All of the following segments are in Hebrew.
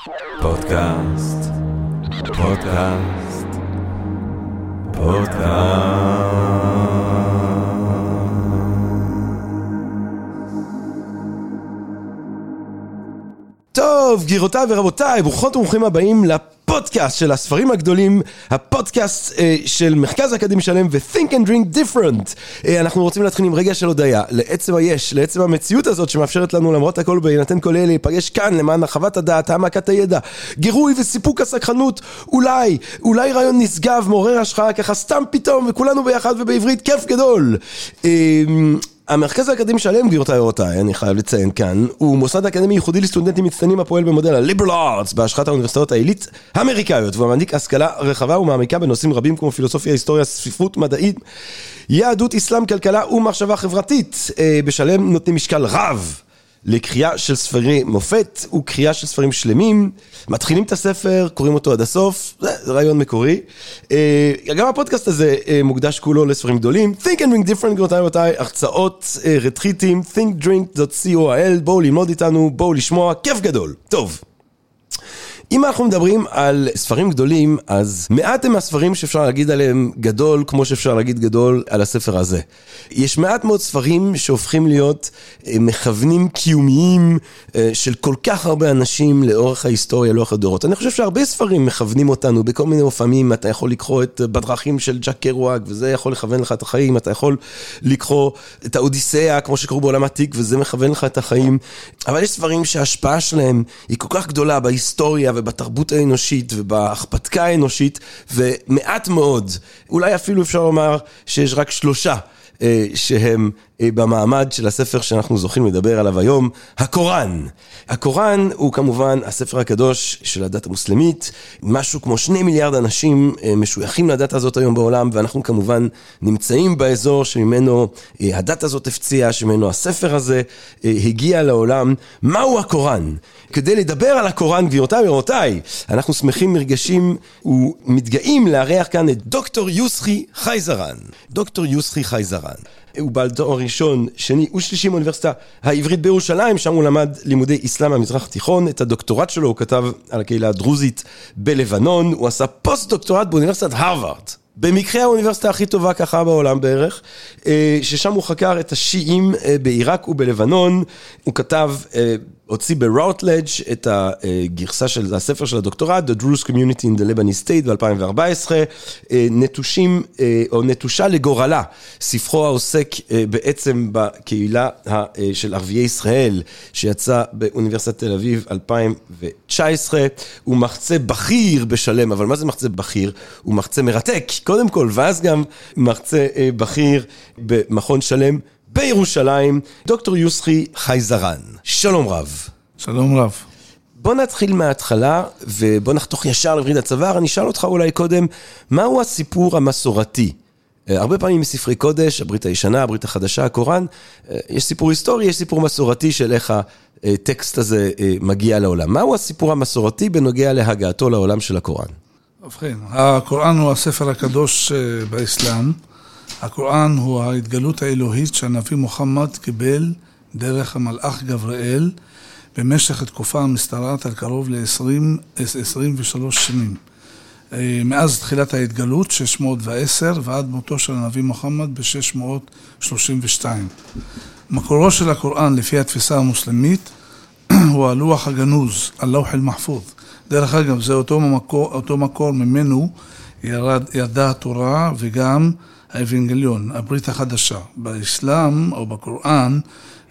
פודקאסט. טוב, גבירותיי ורבותיי, ברוכות וברוכים הבאים לפודקאסט של הספרים הגדולים, הפודקאסט של מרכז האקדמי שלם ו-Think and Drink Different. אנחנו רוצים להתחיל עם רגע של הודעה, לעצם היש, לעצם המציאות הזאת שמאפשרת לנו למרות הכל בהינתן כל אלה להיפגש כאן למען הרחבת הדעת, העמקת הידע, גירוי וסיפוק הסקרנות, אולי רעיון נשגב, מעורר השחרה, ככה סתם פתאום, וכולנו ביחד ובעברית, כיף גדול. המרכז האקדמי שלם, גבירותיי ורבותיי, אני חייב לציין כאן, הוא מוסד אקדמי ייחודי לסטודנטים מצטיינים הפועל במודל ה-Liberal Arts בהשקעת האוניברסיטאות העילית האמריקאיות, והוא מעניק השכלה רחבה ומעמיקה בנושאים רבים כמו פילוסופיה, היסטוריה, ספרות מדעית, יהדות, אסלאם, כלכלה ומחשבה חברתית. בשלם נותנים משקל רב לקריאה של ספרי מופת וקריאה של ספרים שלמים. מתחילים את הספר, קוראים אותו עד הסוף, זה רעיון מקורי. גם הפודקאסט הזה מוקדש כולו לספרים גדולים. Think and Drink Different, גבירותיי ורבותיי, הרצאות, רטריטים, thinkdrink.co.il, בואו ללמוד איתנו, בואו לשמוע, כיף גדול. טוב. אם אנחנו מדברים על ספרים גדולים, אז מעט הם הספרים שאפשר להגיד עליהם גדול, כמו שאפשר להגיד גדול על הספר הזה. יש מעט מאוד ספרים שהופכים להיות מכוונים קיומיים של כל כך הרבה אנשים לאורך ההיסטוריה, לאורך הדורות. אני חושב שהרבה ספרים מכוונים אותנו בכל מיני אופנים. אתה יכול לקרוא את בדרכים של ג'ק קרואק, וזה יכול לכוון לך את החיים. אתה יכול לקרוא את האודיסאה, כמו שקראו בעולם העתיק, וזה מכוון לך את החיים. אבל יש ספרים שההשפעה שלהם היא כל כך גדולה בהיסטוריה ובתרבות האנושית ובהכפתקה האנושית, ומעט מאוד, אולי אפילו אפשר לומר שיש רק 3 שהם במעמד של הספר שאנחנו זוכים לדבר עליו היום, הקוראן. הקוראן הוא כמובן הספר הקדוש של הדת המוסלמית, משהו כמו 2 מיליארד אנשים משויכים לדת הזאת היום בעולם, ואנחנו כמובן נמצאים באזור שממנו הדת הזאת הפציעה, שממנו הספר הזה הגיע לעולם. מהו הקוראן? כדי לדבר על הקוראן, גבירותיי ורבותיי, אנחנו שמחים, מרגשים ומתגאים לארח כאן את דוקטור יוסחי חייזרן. דוקטור יוסחי חייזרן. הוא בעל תואר ראשון, שני ושלישי באוניברסיטה העברית בירושלים, שם הוא למד לימודי אסלאם במזרח התיכון. את הדוקטורט שלו הוא כתב על הקהילה הדרוזית בלבנון. הוא עשה פוסט דוקטורט באוניברסיטת הרווארד, במקרה האוניברסיטה הכי טובה ככה בעולם בערך, ששם הוא חקר את השיעים בעיראק ובלבנון. הוא כתב, הוציא בראוטלג' את הגרסה של הספר של הדוקטורט, The Druze Community in the Lebanese State ב-2014, נטושים או נטושה לגורלה, ספרו העוסק בעצם בקהילה של ערביי ישראל, שיצא באוניברסיטת תל אביב 2019, הוא מחצה בכיר בשלם. אבל מה זה מחצה בכיר? הוא מחצה מרתק, קודם כל, ואז גם מחצה בכיר במכון שלם בירושלים. דוקטור יוסחי חייזרן, שלום רב. שלום רב. בוא נתחיל מההתחלה ובוא נחתוך ישר לווריד הצוואר. אני אשאל אותך אולי קודם, מהו הסיפור המסורתי? הרבה פעמים מספרי קודש, הברית הישנה, הברית החדשה, הקוראן, יש סיפור היסטורי, יש סיפור מסורתי של איך הטקסט הזה מגיע לעולם. מהו הסיפור המסורתי בנוגע להגעתו לעולם של הקוראן? ובכן, הקוראן הוא הספר הקדוש באסלאם. הקוראן הוא ההתגלות האלוהית שהנביא מוחמד קיבל דרך המלאך גבריאל במשך התקופה המשתרעת על קרוב ל-23 שנים. מאז תחילת ההתגלות, 610, ועד מותו של הנביא מוחמד ב-632. מקורו של הקוראן לפי התפיסה המוסלמית הוא הלוח הגנוז, הלוח אל-מחפוז. דרך אגב, זה אותו מקור ממנו ירדה התורה וגם האבנגליון, הברית החדשה. באסלאם או בקוראן,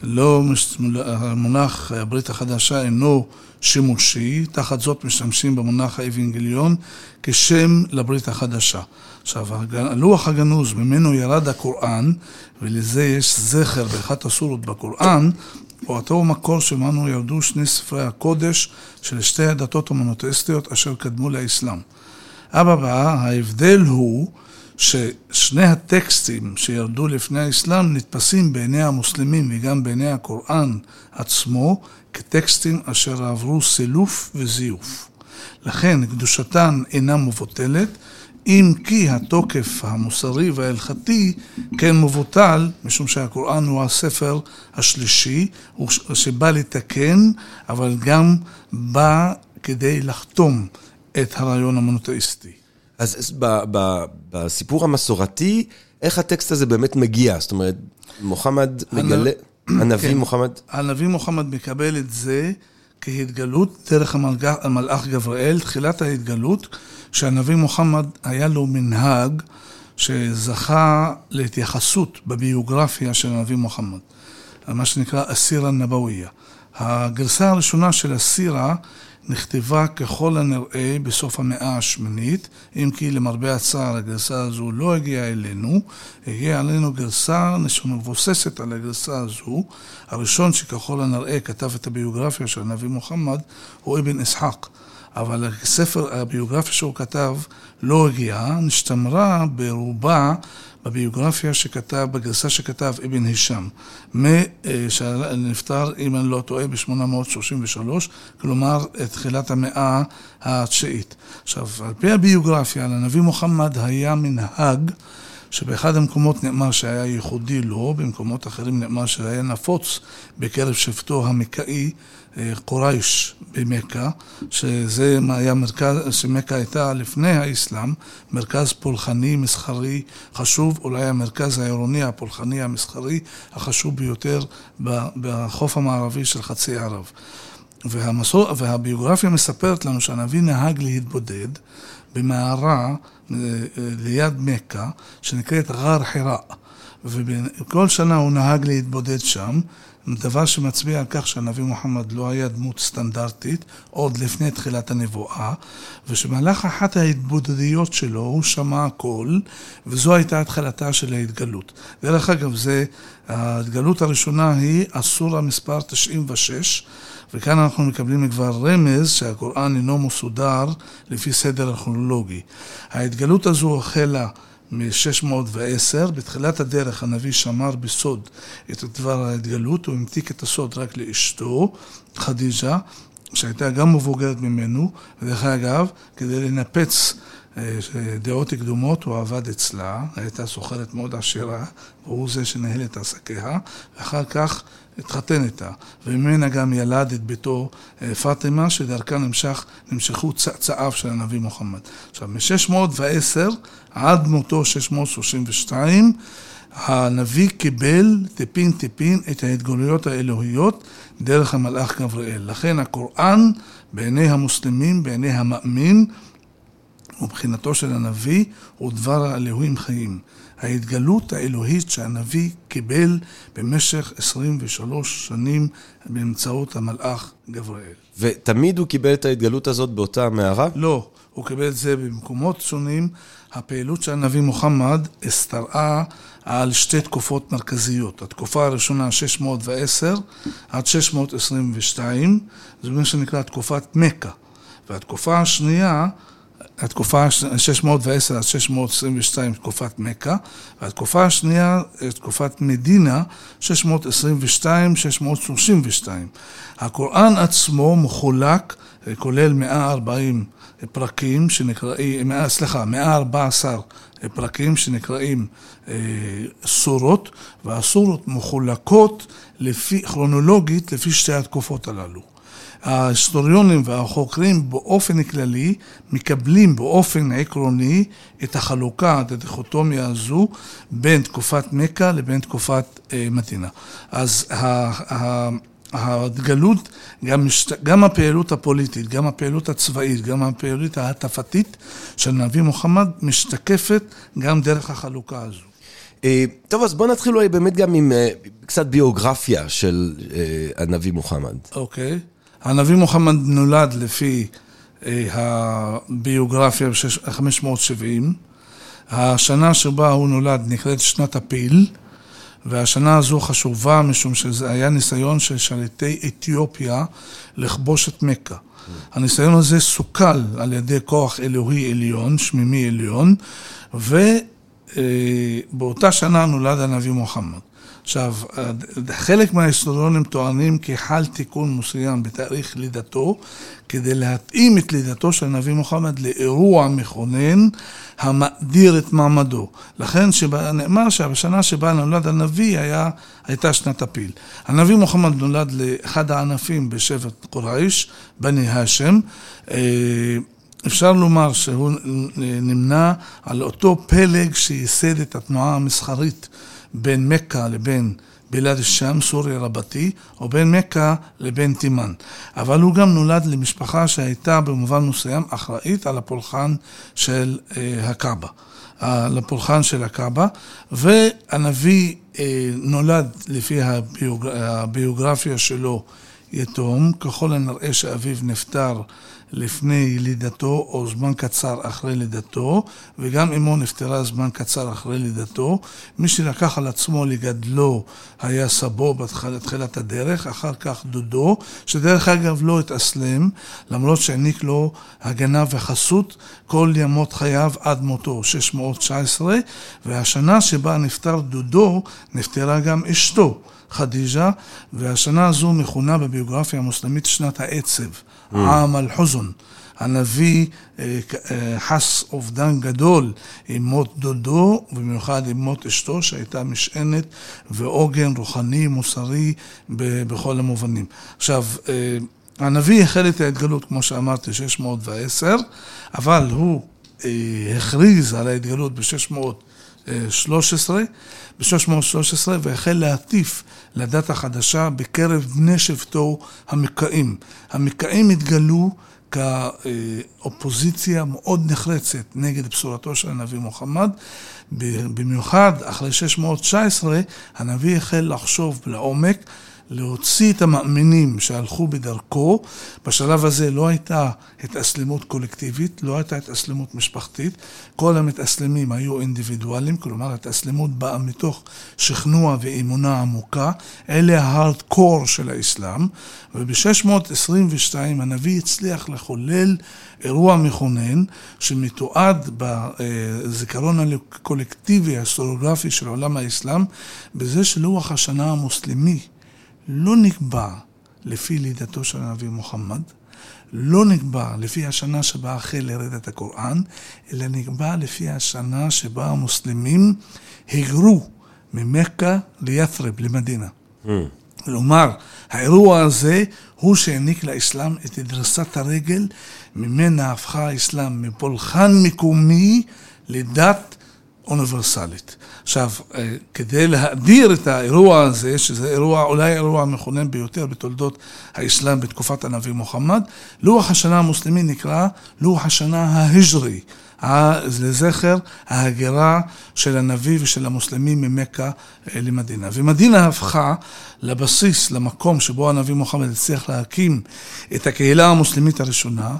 המונח הברית החדשה אינו שימושי, תחת זאת משתמשים במונח האבנגליון כשם לברית החדשה. עכשיו, הלוח הגנוז ממנו ירד הקוראן, ולזה יש זכר באחת הסורות בקוראן, או אותו מקור שמנו ירדו 2 ספרי הקודש של 2 הדתות המונותאיסטיות אשר קדמו לאסלאם. אבל ההבדל הוא ששני הטקסטים שירדו לפני האסלאם נתפסים בעיני המוסלמים וגם בעיני הקוראן עצמו כטקסטים אשר עברו סילוף וזיוף. לכן קדושתן אינה מבוטלת, אם כי התוקף המוסרי וההלכתי כן מבוטל, משום שהקוראן הוא הספר השלישי שבא לתקן, אבל גם בא כדי לחתום את הרעיון המונותאיסטי. אז בסיפור המסורתי, איך הטקסט הזה באמת מגיע? זאת אומרת, מוחמד מגלה, הנביא מוחמד? הנביא מוחמד מקבל את זה כהתגלות דרך המלאך גבריאל, תחילת ההתגלות, שהנביא מוחמד היה לו מנהג שזכה להתייחסות בביוגרפיה של הנביא מוחמד, מה שנקרא הסירה הנבוויה. הגרסה הראשונה של הסירה נכתבה ככל הנראה בסוף המאה השמינית, אם כי למרבה הצער הגרסה הזו לא הגיעה אלינו, הגיעה אלינו גרסה שמבוססת על הגרסה הזו. הראשון שככל הנראה כתב את הביוגרפיה של הנביא מוחמד הוא אבן איסחק, אבל הספר הביוגרפיה שהוא כתב לא הגיעה, נשתמרה ברובה בביוגרפיה שכתב, בגרסה שכתב אבן הישם, שנפטר, אם אני לא טועה, ב-833, כלומר, תחילת המאה התשיעית. עכשיו, על פי הביוגרפיה, לנביא מוחמד היה מנהג, שבאחד המקומות נאמר שהיה ייחודי לו, במקומות אחרים נאמר שהיה נפוץ בקרב שבטו המקאי, קורייש במכה, שזה היה מרכז, שמכה הייתה לפני האסלאם, מרכז פולחני מסחרי חשוב, אולי המרכז העירוני הפולחני המסחרי החשוב ביותר בחוף המערבי של חצי ערב. והביוגרפיה מספרת לנו שהנביא נהג להתבודד במערה ליד מכה, שנקראת גר חירה, וכל שנה הוא נהג להתבודד שם, דבר שמצביע על כך שהנביא מוחמד לא היה דמות סטנדרטית עוד לפני תחילת הנבואה, ושמהלך אחת ההתבודדיות שלו הוא שמע הכל, וזו הייתה התחלתה של ההתגלות. דרך אגב, ההתגלות הראשונה היא הסורה מספר 96, וכאן אנחנו מקבלים כבר רמז שהקוראן אינו מסודר לפי סדר הכרונולוגי. ההתגלות הזו החלה מ-610, בתחילת הדרך הנביא שמר בסוד את דבר ההתגלות, הוא המתיק את הסוד רק לאשתו, חדיג'ה, שהייתה גם מבוגרת ממנו, ודרך אגב, כדי לנפץ דעות קדומות, הוא עבד אצלה, הייתה סוחרת מאוד עשירה, והוא זה שנהל את עסקיה, ואחר כך התחתן איתה, וממנה גם ילד את ביתו פאטימה, שדרכה נמשכו צאצאיו של הנביא מוחמד. עכשיו, מ-610 עד מותו 632, הנביא קיבל טיפין טיפין את ההתגלויות האלוהיות דרך המלאך גבריאל. לכן הקוראן בעיני המוסלמים, בעיני המאמין, ובחינתו של הנביא הוא דבר האלוהים חיים. ההתגלות האלוהית שהנביא קיבל במשך 23 שנים באמצעות המלאך גבריאל. ותמיד הוא קיבל את ההתגלות הזאת באותה המערה? לא, הוא קיבל את זה במקומות שונים. הפעילות של הנביא מוחמד הסתרעה על שתי תקופות מרכזיות. התקופה הראשונה 610 עד 622, זה מה שנקרא תקופת מכה. והתקופה השנייה, התקופה 610 עד 622, תקופת מכה, והתקופה השנייה, תקופת מדינה, 622, 632. הקוראן עצמו מחולק, כולל 140 פרקים שנקראים, 114 פרקים שנקראים סורות, והסורות מחולקות כרונולוגית לפי שתי התקופות הללו. ההיסטוריונים והחוקרים באופן כללי מקבלים באופן עקרוני את החלוקה, את הדיכוטומיה הזו בין תקופת מכה לבין תקופת מדינה. אז ההתגלות, גם הפעילות הפוליטית, גם הפעילות הצבאית, גם הפעילות ההטפתית של נביא מוחמד משתקפת גם דרך החלוקה הזו. טוב, אז בוא נתחיל אולי באמת גם עם קצת ביוגרפיה של הנביא מוחמד. אוקיי. הנביא מוחמד נולד לפי הביוגרפיה ב-570. השנה שבה הוא נולד נקראת שנת הפיל, והשנה הזו חשובה משום שזה היה ניסיון של שליטי אתיופיה לכבוש את מכה. הניסיון הזה סוכל על ידי כוח אלוהי עליון, שמימי עליון, ובאותה שנה נולד הנביא מוחמד. עכשיו, חלק מההיסטוריונים טוענים כי חל תיקון מסוים בתאריך לידתו, כדי להתאים את לידתו של הנביא מוחמד לאירוע מכונן המאדיר את מעמדו. לכן נאמר שבשנה שבה נולד הנביא הייתה שנת הפיל. הנביא מוחמד נולד לאחד הענפים בשבט קורייש, בני האשם. אפשר לומר שהוא נמנה על אותו פלג שייסד את התנועה המסחרית בין מקה לבין בלד השם, סוריה רבתי, או בין מקה לבין תימן. אבל הוא גם נולד למשפחה שהייתה במובן מסוים אחראית על הפולחן של הקאבה. לפולחן של הקאבה, והנביא נולד לפי הביוגרפיה שלו יתום, ככל הנראה שאביו נפטר לפני ילידתו או זמן קצר אחרי לידתו, וגם אמו נפטרה זמן קצר אחרי לידתו. מי שלקח על עצמו לגדלו היה סבו בתחילת הדרך, אחר כך דודו, שדרך אגב לא התאסלם, למרות שהעניק לו הגנה וחסות כל ימות חייו עד מותו, 619, והשנה שבה נפטר דודו, נפטרה גם אשתו, חדיג'ה, והשנה הזו מכונה בביוגרפיה המוסלמית שנת העצב, עם אל-חוזן. הנביא חס אובדן גדול עם מות דודו, ובמיוחד עם מות אשתו, שהייתה משענת ועוגן רוחני, מוסרי, בכל המובנים. עכשיו, הנביא החל את ההתגלות, כמו שאמרתי, 610, אבל הוא הכריז על ההתגלות ב-613, והחל להטיף לדת החדשה בקרב בני שבטו המקאים. המקאים התגלו כאופוזיציה מאוד נחרצת נגד בשורתו של הנביא מוחמד. במיוחד אחרי 619 הנביא החל לחשוב לעומק, להוציא את המאמינים שהלכו בדרכו. בשלב הזה לא הייתה התאסלמות קולקטיבית, לא הייתה התאסלמות משפחתית, כל המתאסלמים היו אינדיבידואלים, כלומר התאסלמות באה מתוך שכנוע ואמונה עמוקה, אלה ההארדקור של האסלאם, וב-622 הנביא הצליח לחולל אירוע מכונן שמתועד בזיכרון הקולקטיבי ההיסטוריוגרפי של עולם האסלאם, בזה שלוח השנה המוסלמי לא נקבע לפי לידתו של הנביא מוחמד, לא נקבע לפי השנה שבה החל לרדת הקוראן, אלא נקבע לפי השנה שבה המוסלמים הגרו ממכה לית'רב, למדינה. כלומר, האירוע הזה הוא שהעניק לאסלאם את דריסת הרגל, ממנה הפכה האסלאם מפולחן מקומי לדת אוניברסלית. עכשיו, כדי להאדיר את האירוע הזה, שזה אירוע, אולי האירוע המכונן ביותר בתולדות האסלאם בתקופת הנביא מוחמד, לוח השנה המוסלמי נקרא לוח השנה ההיג'רי, לזכר ההגירה של הנביא ושל המוסלמים ממכה למדינה. ומדינה הפכה לבסיס, למקום שבו הנביא מוחמד הצליח להקים את הקהילה המוסלמית הראשונה,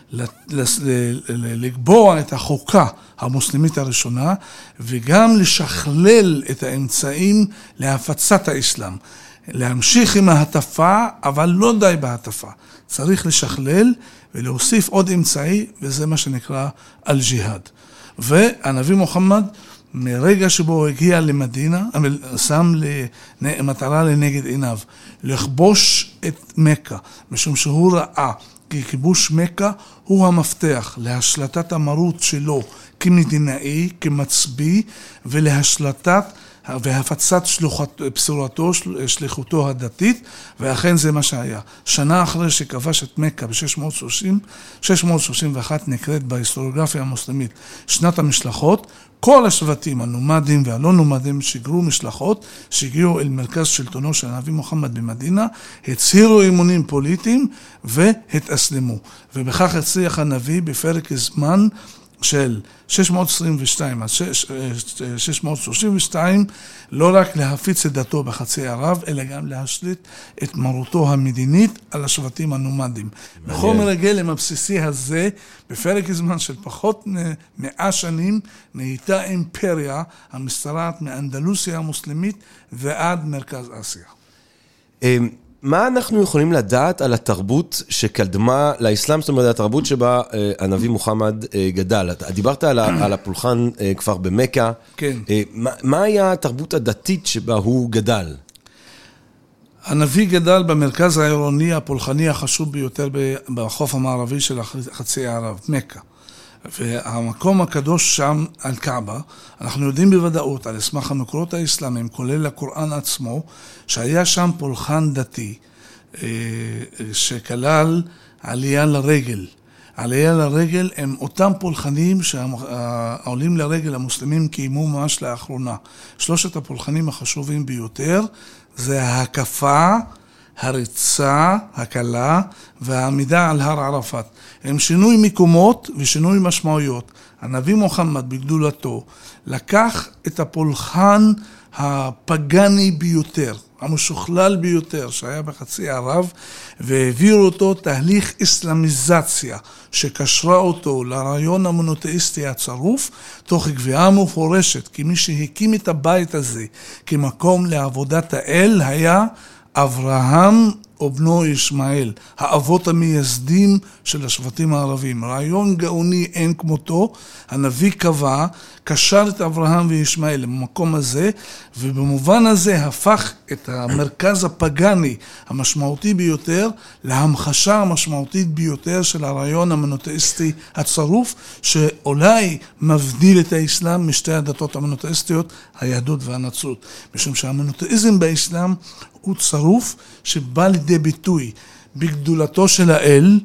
לקבוע את החוקה המוסלמית הראשונה, וגם לשכלל את האמצעים להפצת האסלאם. להמשיך עם ההטפה, אבל לא די בהטפה. צריך לשכלל ולהוסיף עוד אמצעי, וזה מה שנקרא אל-ג'יהאד. והנביא מוחמד, מרגע שבו הוא הגיע למדינה, שם מטרה לנגד עיניו, לכבוש את מקה, משום שהוא ראה כי כיבוש מקה הוא המפתח להשלטת המרות שלו כמדינאי, כמצביא, ולהשלטת והפצת בשורתו, שליחותו הדתית, ואכן זה מה שהיה. שנה אחרי שכבש את מקה ב-631 נקראת בהיסטוריוגרפיה המוסלמית שנת המשלחות. כל השבטים, הנומדים והלא נומדים, שיגרו משלחות, שהגיעו אל מרכז שלטונו של הנביא מוחמד במדינה, הצהירו אימונים פוליטיים והתאסלמו. ובכך הצליח הנביא בפרק זמן של 622 עד 632, לא רק להפיץ את דתו בחצי ערב, אלא גם להשליט את מרותו המדינית על השבטים הנומדים. בחומר הגלם הבסיסי הזה, בפרק זמן של פחות 100 שנים, נהייתה אימפריה המשתרעת מאנדלוסיה המוסלמית ועד מרכז אסיה. מה אנחנו יכולים לדעת על התרבות שקדמה לאסלאם, זאת אומרת, התרבות שבה הנביא מוחמד גדל? דיברת על הפולחן כבר במכה. כן. מה היה התרבות הדתית שבה הוא גדל? הנביא גדל במרכז העירוני הפולחני החשוב ביותר בחוף המערבי של חצי הערב, מכה. והמקום הקדוש שם על קעבה, אנחנו יודעים בוודאות על סמך המקורות האסלאמיים, כולל הקוראן עצמו, שהיה שם פולחן דתי, שכלל עלייה לרגל. עלייה לרגל הם אותם פולחנים שהעולים לרגל המוסלמים קיימו ממש לאחרונה. שלושת הפולחנים החשובים ביותר זה ההקפה, הריצה, הקלה והעמידה על הר ערפאת. הם שינוי מקומות ושינוי משמעויות. הנביא מוחמד בגדולתו לקח את הפולחן הפגני ביותר, המשוכלל ביותר שהיה בחצי ערב, והעביר אותו תהליך אסלאמיזציה שקשרה אותו לרעיון המונותאיסטי הצרוף, תוך קביעה מפורשת, כי מי שהקים את הבית הזה כמקום לעבודת האל היה אברהם ובנו ישמעאל, האבות המייסדים של השבטים הערבים. רעיון גאוני אין כמותו, הנביא קבע, קשר את אברהם וישמעאל למקום הזה, ובמובן הזה הפך את המרכז הפגני המשמעותי ביותר להמחשה המשמעותית ביותר של הרעיון המונותאיסטי הצרוף, שאולי מבדיל את האסלאם משתי הדתות המונותאיסטיות, היהדות והנצרות. משום שהמונותאיזם באסלאם הוא צרוף שבא לידי ביטוי בגדולתו של האל,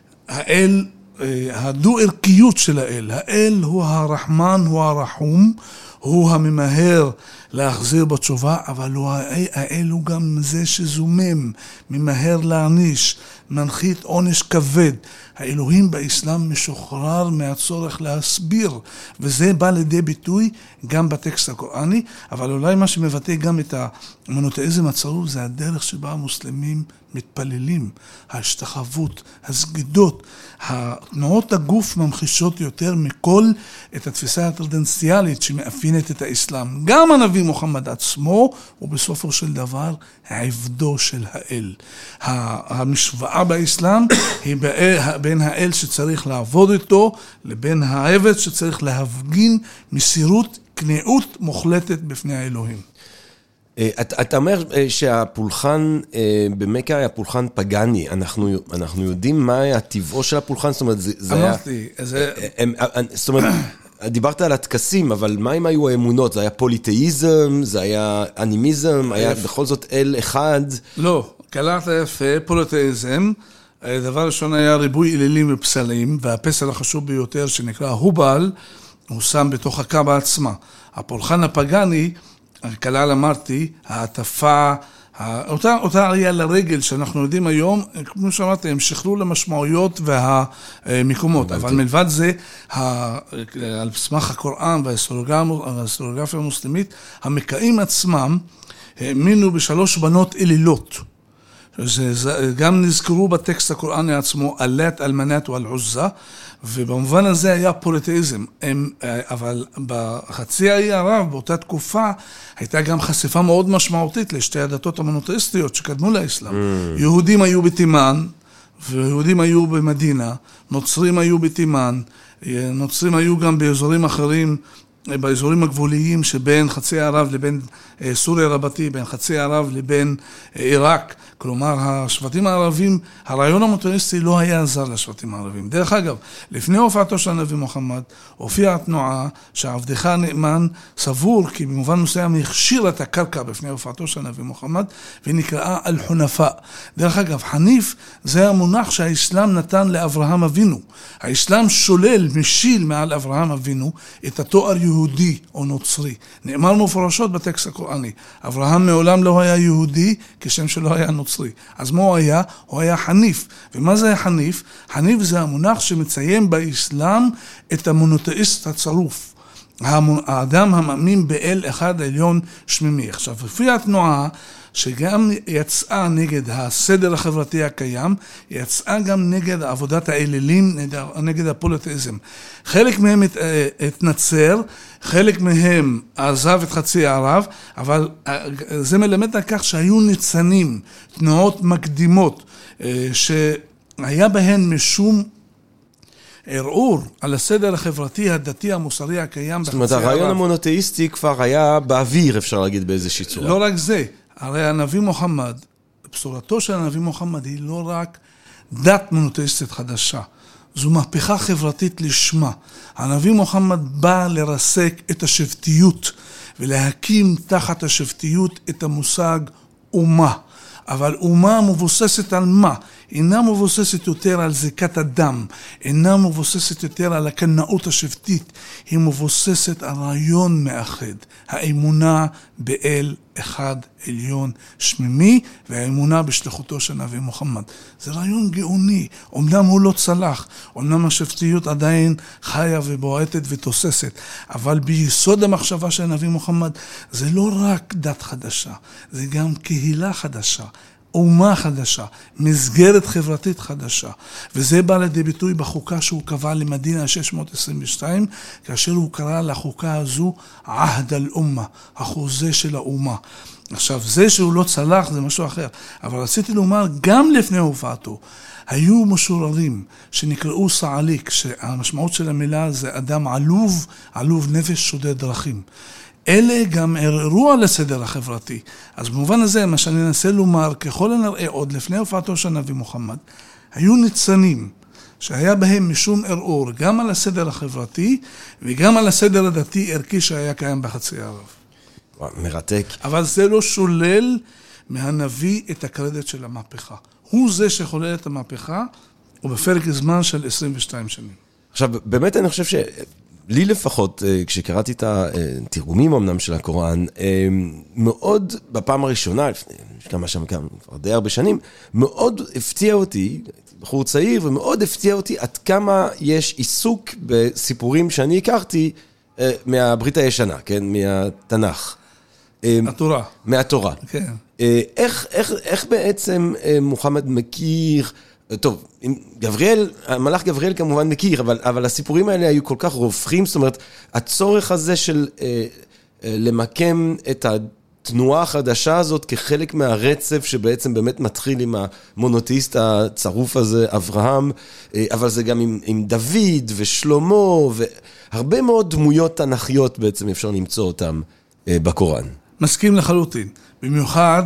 הדו-ערכיות של האל. האל הוא הרחמן, הוא הרחום, הוא הממהר להחזיר בתשובה, אבל האל הוא גם זה שזומם, ממהר להעניש, מנחית עונש כבד. האלוהים באסלאם משוחרר מהצורך להסביר, וזה בא לידי ביטוי גם בטקסט הקוראני, אבל אולי מה שמבטא גם את המונותאיזם הצרוף זה הדרך שבה המוסלמים מתפללים, ההשתחוות, הסגידות, תנועות הגוף ממחישות יותר מכל את התפיסה הטרדנציאלית שמאפיינת את האסלאם. גם הנביא מוחמד עצמו הוא בסופו של דבר עבדו של האל. המשוואה באסלאם היא בין האל שצריך לעבוד איתו לבין העבד שצריך להפגין מסירות, כנעות מוחלטת בפני האלוהים. אתה אומר שהפולחן במכה היה פולחן פגני, אנחנו יודעים מה היה טבעו של הפולחן, זאת אומרת, זה היה... זאת אומרת, דיברת על הטקסים, אבל מה אם היו האמונות? זה היה פוליתאיזם, זה היה אנימיזם, היה בכל זאת אל אחד? לא, קלעת יפה, פוליתאיזם, דבר ראשון היה ריבוי אלילים ופסלים, והפסל החשוב ביותר שנקרא הובל, הוא שם בתוך הקאבה עצמה. הפולחן הפגני, כלל אמרתי, העטפה, אותה עלייה לרגל שאנחנו יודעים היום, כמו שאמרתי, הם שחררו למשמעויות והמקומות, אבל מלבד זה, על סמך הקוראן וההיסטוריוגרפיה המוסלמית, המקאים עצמם האמינו בשלוש בנות אלילות, גם נזכרו בטקסט הקוראני עצמו, אלת, אלמנת ואל-עוזה, ובמובן הזה היה פוליתאיזם. אבל בחצי האי ערב, באותה תקופה, הייתה גם חשיפה מאוד משמעותית לשתי הדתות המונותאיסטיות שקדמו לאסלאם. יהודים היו בתימן, ויהודים היו במדינה, נוצרים היו בתימן, נוצרים היו גם באזורים אחרים, באזורים הגבוליים שבין חצי הערב לבין סוריה רבתי, בין חצי הערב לבין עיראק. כלומר, השבטים הערבים, הרעיון המונותאיסטי לא היה זר לשבטים הערבים. דרך אגב, לפני הופעתו של הנביא מוחמד, הופיעה התנועה שעבדך הנאמן סבור, כי במובן מסוים הכשיר את הקרקע בפני הופעתו של הנביא מוחמד, ונקראה אל-חונפה. דרך אגב, חניף זה המונח שהאסלאם נתן לאברהם אבינו. האסלאם שולל, משיל מעל אברהם אבינו, את התואר יהודי או נוצרי. נאמר מפורשות בטקסט הקוראני, אברהם מעולם לא היה יהודי כשם שלא היה נוצרי. אז מה הוא היה? הוא היה חניף. ומה זה חניף? חניף זה המונח שמציין באסלאם את המונותאיסט הצרוף. האדם המאמין באל אחד עליון שמימי. עכשיו, לפי התנועה שגם יצאה נגד הסדר החברתי הקיים, יצאה גם נגד עבודת האלילים, נגד הפוליטיזם. חלק מהם התנצר, חלק מהם עזב את חצי ערב, אבל זה מלמד על כך שהיו ניצנים, תנועות מקדימות, שהיה בהן משום ערעור על הסדר החברתי, הדתי, המוסרי הקיים בחצי ערב. זאת אומרת, הרעיון המונותאיסטי כבר היה באוויר, אפשר להגיד באיזושהי צורה. לא רק זה, הרי הנביא מוחמד, בשורתו של הנביא מוחמד היא לא רק דת מונותאיסטית חדשה, זו מהפכה חברתית לשמה. הנביא מוחמד בא לרסק את השבטיות ולהקים תחת השבטיות את המושג אומה. אבל אומה מבוססת על מה? אינה מבוססת יותר על זיקת הדם, אינה מבוססת יותר על הקנאות השבטית, היא מבוססת על רעיון מאחד, האמונה באל אחד עליון שמימי, והאמונה בשליחותו של נביא מוחמד. זה רעיון גאוני, אומנם הוא לא צלח, אומנם השבטיות עדיין חיה ובועטת ותוססת, אבל ביסוד המחשבה של נביא מוחמד זה לא רק דת חדשה, זה גם קהילה חדשה, אומה חדשה, מסגרת חברתית חדשה, וזה בא לידי ביטוי בחוקה שהוא קבע למדינה 622, כאשר הוא קרא לחוקה הזו עהד אל-אומה, החוזה של האומה. עכשיו, זה שהוא לא צלח זה משהו אחר, אבל רציתי לומר, גם לפני הופעתו, היו משוררים שנקראו סעליק, שהמשמעות של המילה זה אדם עלוב, עלוב נפש שודד דרכים. אלה גם ערערו על הסדר החברתי. אז במובן הזה, מה שאני אנסה לומר, ככל הנראה עוד לפני הופעתו של נביא מוחמד, היו ניצנים שהיה בהם משום ערעור, גם על הסדר החברתי וגם על הסדר הדתי ערכי שהיה קיים בחצי ערב. מרתק. אבל זה לא שולל מהנביא את הקרדיט של המהפכה. הוא זה שחולל את המהפכה, ובפרק זמן של 22 שנים. עכשיו, באמת אני חושב לי לפחות, כשקראתי את התרגומים אמנם של הקוראן, מאוד בפעם הראשונה, לפני כמה כבר די הרבה שנים, מאוד הפתיע אותי, בחור צעיר, ומאוד הפתיע אותי עד כמה יש עיסוק בסיפורים שאני הכרתי מהברית הישנה, כן? מהתנ"ך. התורה. מהתורה. כן. איך בעצם מוחמד מכיר... טוב, המלאך גבריאל כמובן מכיר, אבל הסיפורים האלה היו כל כך רווחים, זאת אומרת, הצורך הזה של למקם את התנועה החדשה הזאת כחלק מהרצף שבעצם באמת מתחיל עם המונותאיסט הצרוף הזה, אברהם, אבל זה גם עם דוד ושלמה, והרבה מאוד דמויות תנ"כיות בעצם אפשר למצוא אותם בקוראן. מסכים לחלוטין. במיוחד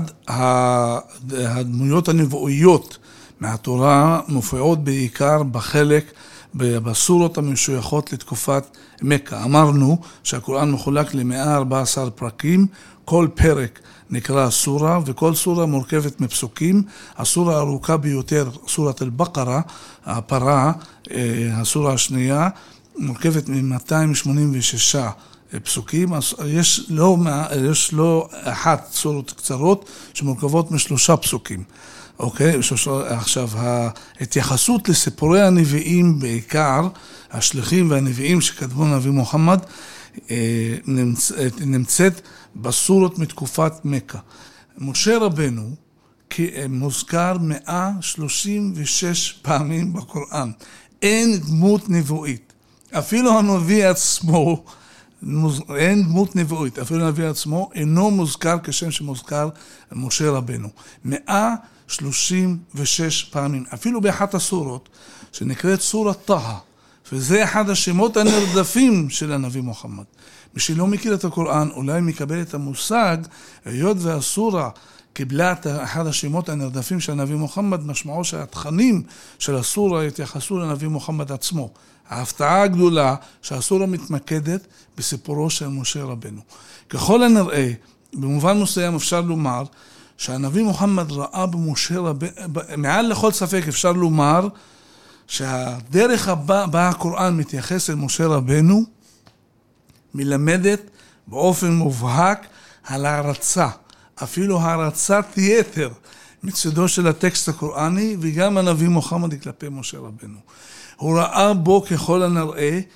הדמויות הנבואיות מהתורה מופיעות בעיקר בחלק, בסורות המשויכות לתקופת מכה. אמרנו שהקוראן מחולק ל-114 פרקים, כל פרק נקרא סורה, וכל סורה מורכבת מפסוקים. הסורה הארוכה ביותר, סורת אל-בקרה, הפרה, הסורה השנייה, מורכבת מ-286 פסוקים. יש לא אחת סורות קצרות שמורכבות מ3 פסוקים. אוקיי, עכשיו ההתייחסות לסיפורי הנביאים בעיקר, השליחים והנביאים שקדמו נביא מוחמד, נמצאת בסורות מתקופת מכה. משה רבנו מוזכר 136 פעמים בקוראן. אין דמות נבואית. אפילו הנביא עצמו, אין דמות נבואית, אפילו הנביא עצמו אינו מוזכר כשם שמוזכר משה רבנו. 136 פעמים, אפילו באחת הסורות, שנקראת סורת טהא, וזה אחד השמות הנרדפים של הנביא מוחמד. מי שלא מכיר את הקוראן, אולי מקבל את המושג, היות והסורה קיבלה את אחד השמות הנרדפים של הנביא מוחמד, משמעו שהתכנים של הסורה התייחסו לנביא מוחמד עצמו. ההפתעה הגדולה שהסורה מתמקדת בסיפורו של משה רבנו. ככל הנראה, במובן מסוים אפשר לומר, שהנביא מוחמד ראה במשה רבנו, מעל לכל ספק אפשר לומר, שהדרך בה הקוראן מתייחס אל משה רבנו, מלמדת באופן מובהק על הערצה, אפילו הערצת יתר מצדו של הטקסט הקוראני, וגם הנביא מוחמד כלפי משה רבנו. הוא ראה בו ככל הנראה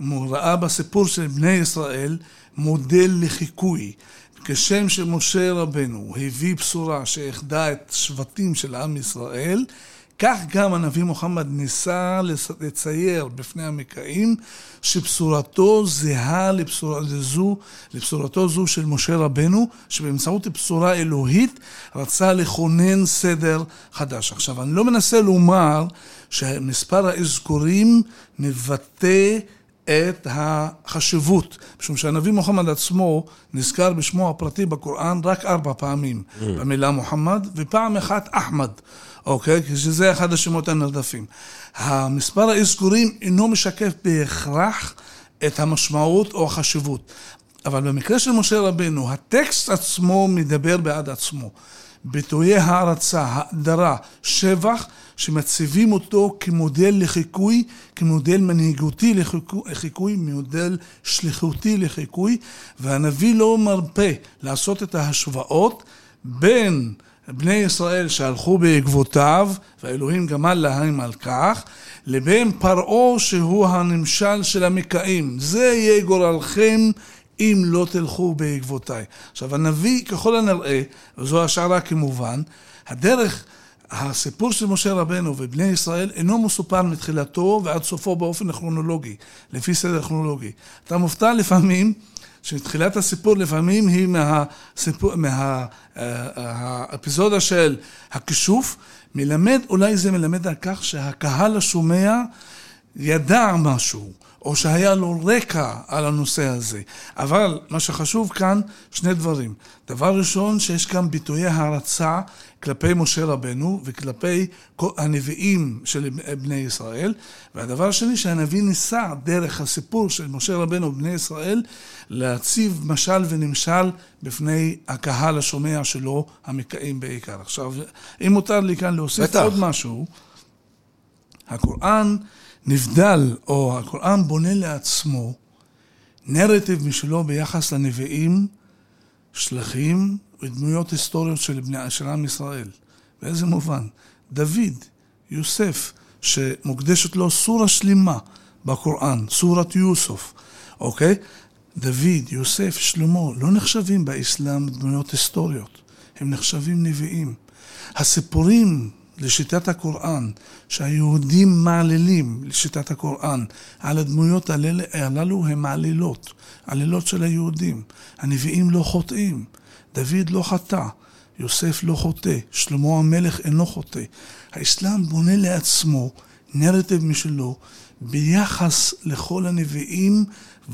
ראה בסיפור של בני ישראל מודל לחיקוי. כשם שמשה רבנו הביא בשורה שאחדה את שבטים של עם ישראל, כך גם הנביא מוחמד ניסה לצייר בפני המקאים שבשורתו זהה לבשורתו זו של משה רבנו, שבאמצעות בשורה אלוהית רצה לכונן סדר חדש. עכשיו, אני לא מנסה לומר שמספר האזכורים מבטא את החשיבות, משום שהנביא מוחמד עצמו נזכר בשמו הפרטי בקוראן רק 4 פעמים, במילה מוחמד, ופעם אחת אחמד, אוקיי? שזה אחד השמות הנרדפים. המספר האזכורים אינו משקף בהכרח את המשמעות או החשיבות. אבל במקרה של משה רבנו, הטקסט עצמו מדבר בעד עצמו. ביטויי הערצה, האדרה, שבח, שמציבים אותו כמודל לחיקוי, כמודל מנהיגותי לחיקוי, מודל שליחותי לחיקוי, והנביא לא מרפה לעשות את ההשוואות בין בני ישראל שהלכו בעקבותיו, והאלוהים גמל להם על כך, לבין פרעה שהוא הנמשל של המקאים. זה יהיה גורלכם אם לא תלכו בעקבותיי. עכשיו, הנביא ככל הנראה, וזו השערה כמובן, הסיפור של משה רבנו ובני ישראל אינו מסופר מתחילתו ועד סופו באופן כרונולוגי, לפי סדר כרונולוגי. אתה מופתע לפעמים שתחילת הסיפור לפעמים היא מהאפיזודה של הכישוף, אולי זה מלמד על כך שהקהל השומע ידע משהו, או שהיה לו רקע על הנושא הזה. אבל מה שחשוב כאן, 2 דברים. דבר ראשון, שיש כאן ביטויי הערצה כלפי משה רבנו וכלפי הנביאים של בני ישראל. והדבר השני, שהנביא ניסה דרך הסיפור של משה רבנו ובני ישראל, להציב משל ונמשל בפני הקהל השומע שלו, המקאים בעיקר. עכשיו, אם מותר לי כאן להוסיף עוד משהו, הקוראן נבדל, או הקוראן בונה לעצמו נרטיב משלו ביחס לנביאים, שלחים ודמויות היסטוריות של עם ישראל. באיזה מובן? דוד, יוסף, שמוקדשת לו סורה שלמה בקוראן, סורת יוסף, אוקיי? דוד, יוסף, שלמה, לא נחשבים באסלאם דמויות היסטוריות, הם נחשבים נביאים. הסיפורים לשיטת הקוראן, שהיהודים מעלילים לשיטת הקוראן, על הדמויות הללו הם עלילות של היהודים. הנביאים לא חוטאים, דוד לא חטא, יוסף לא חוטא, שלמה המלך אינו חוטא. האסלאם בונה לעצמו נרטיב משלו ביחס לכל הנביאים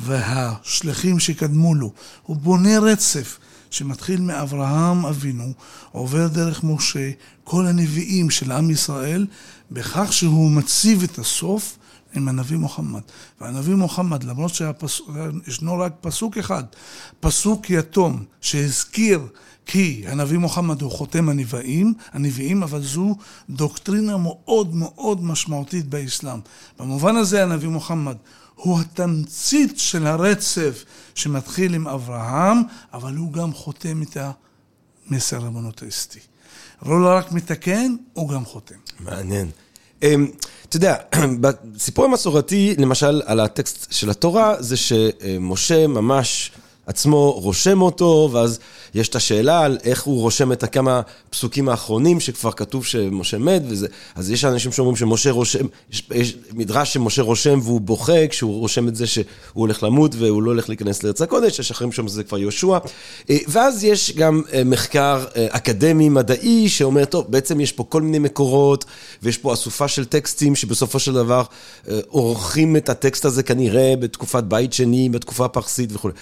והשלחים שקדמו לו. הוא בונה רצף שמתחיל מאברהם אבינו, עובר דרך משה, כל הנביאים של עם ישראל, בכך שהוא מציב את הסוף עם הנביא מוחמד. והנביא מוחמד, למרות שישנו רק פסוק אחד, פסוק יתום, שהזכיר כי הנביא מוחמד הוא חותם הנביאים, אבל זו דוקטרינה מאוד מאוד משמעותית באסלאם. במובן הזה הנביא מוחמד הוא התמצית של הרצף שמתחיל עם אברהם, אבל הוא גם חותם את המסר המונותאיסטי. לא רק מתקן, הוא גם חותם. מעניין. אתה יודע, בסיפור המסורתי, למשל, על הטקסט של התורה, זה שמשה ממש עצמו רושם אותו, ואז יש את השאלה על איך הוא רושם את הכמה פסוקים האחרונים שכבר כתוב שמשה מת, אז יש אנשים שאומרים שמשה רושם, יש מדרש שמשה רושם והוא בוכה כשהוא רושם את זה שהוא הולך למות והוא לא הולך להיכנס לארץ הקודש, יש אחרים שאומרים שזה כבר יהושע, ואז יש גם מחקר אקדמי מדעי שאומר, טוב, בעצם יש פה כל מיני מקורות, ויש פה אסופה של טקסטים שבסופו של דבר עורכים את הטקסט הזה כנראה בתקופת בית שני, בתקופה הפרסית וכו'.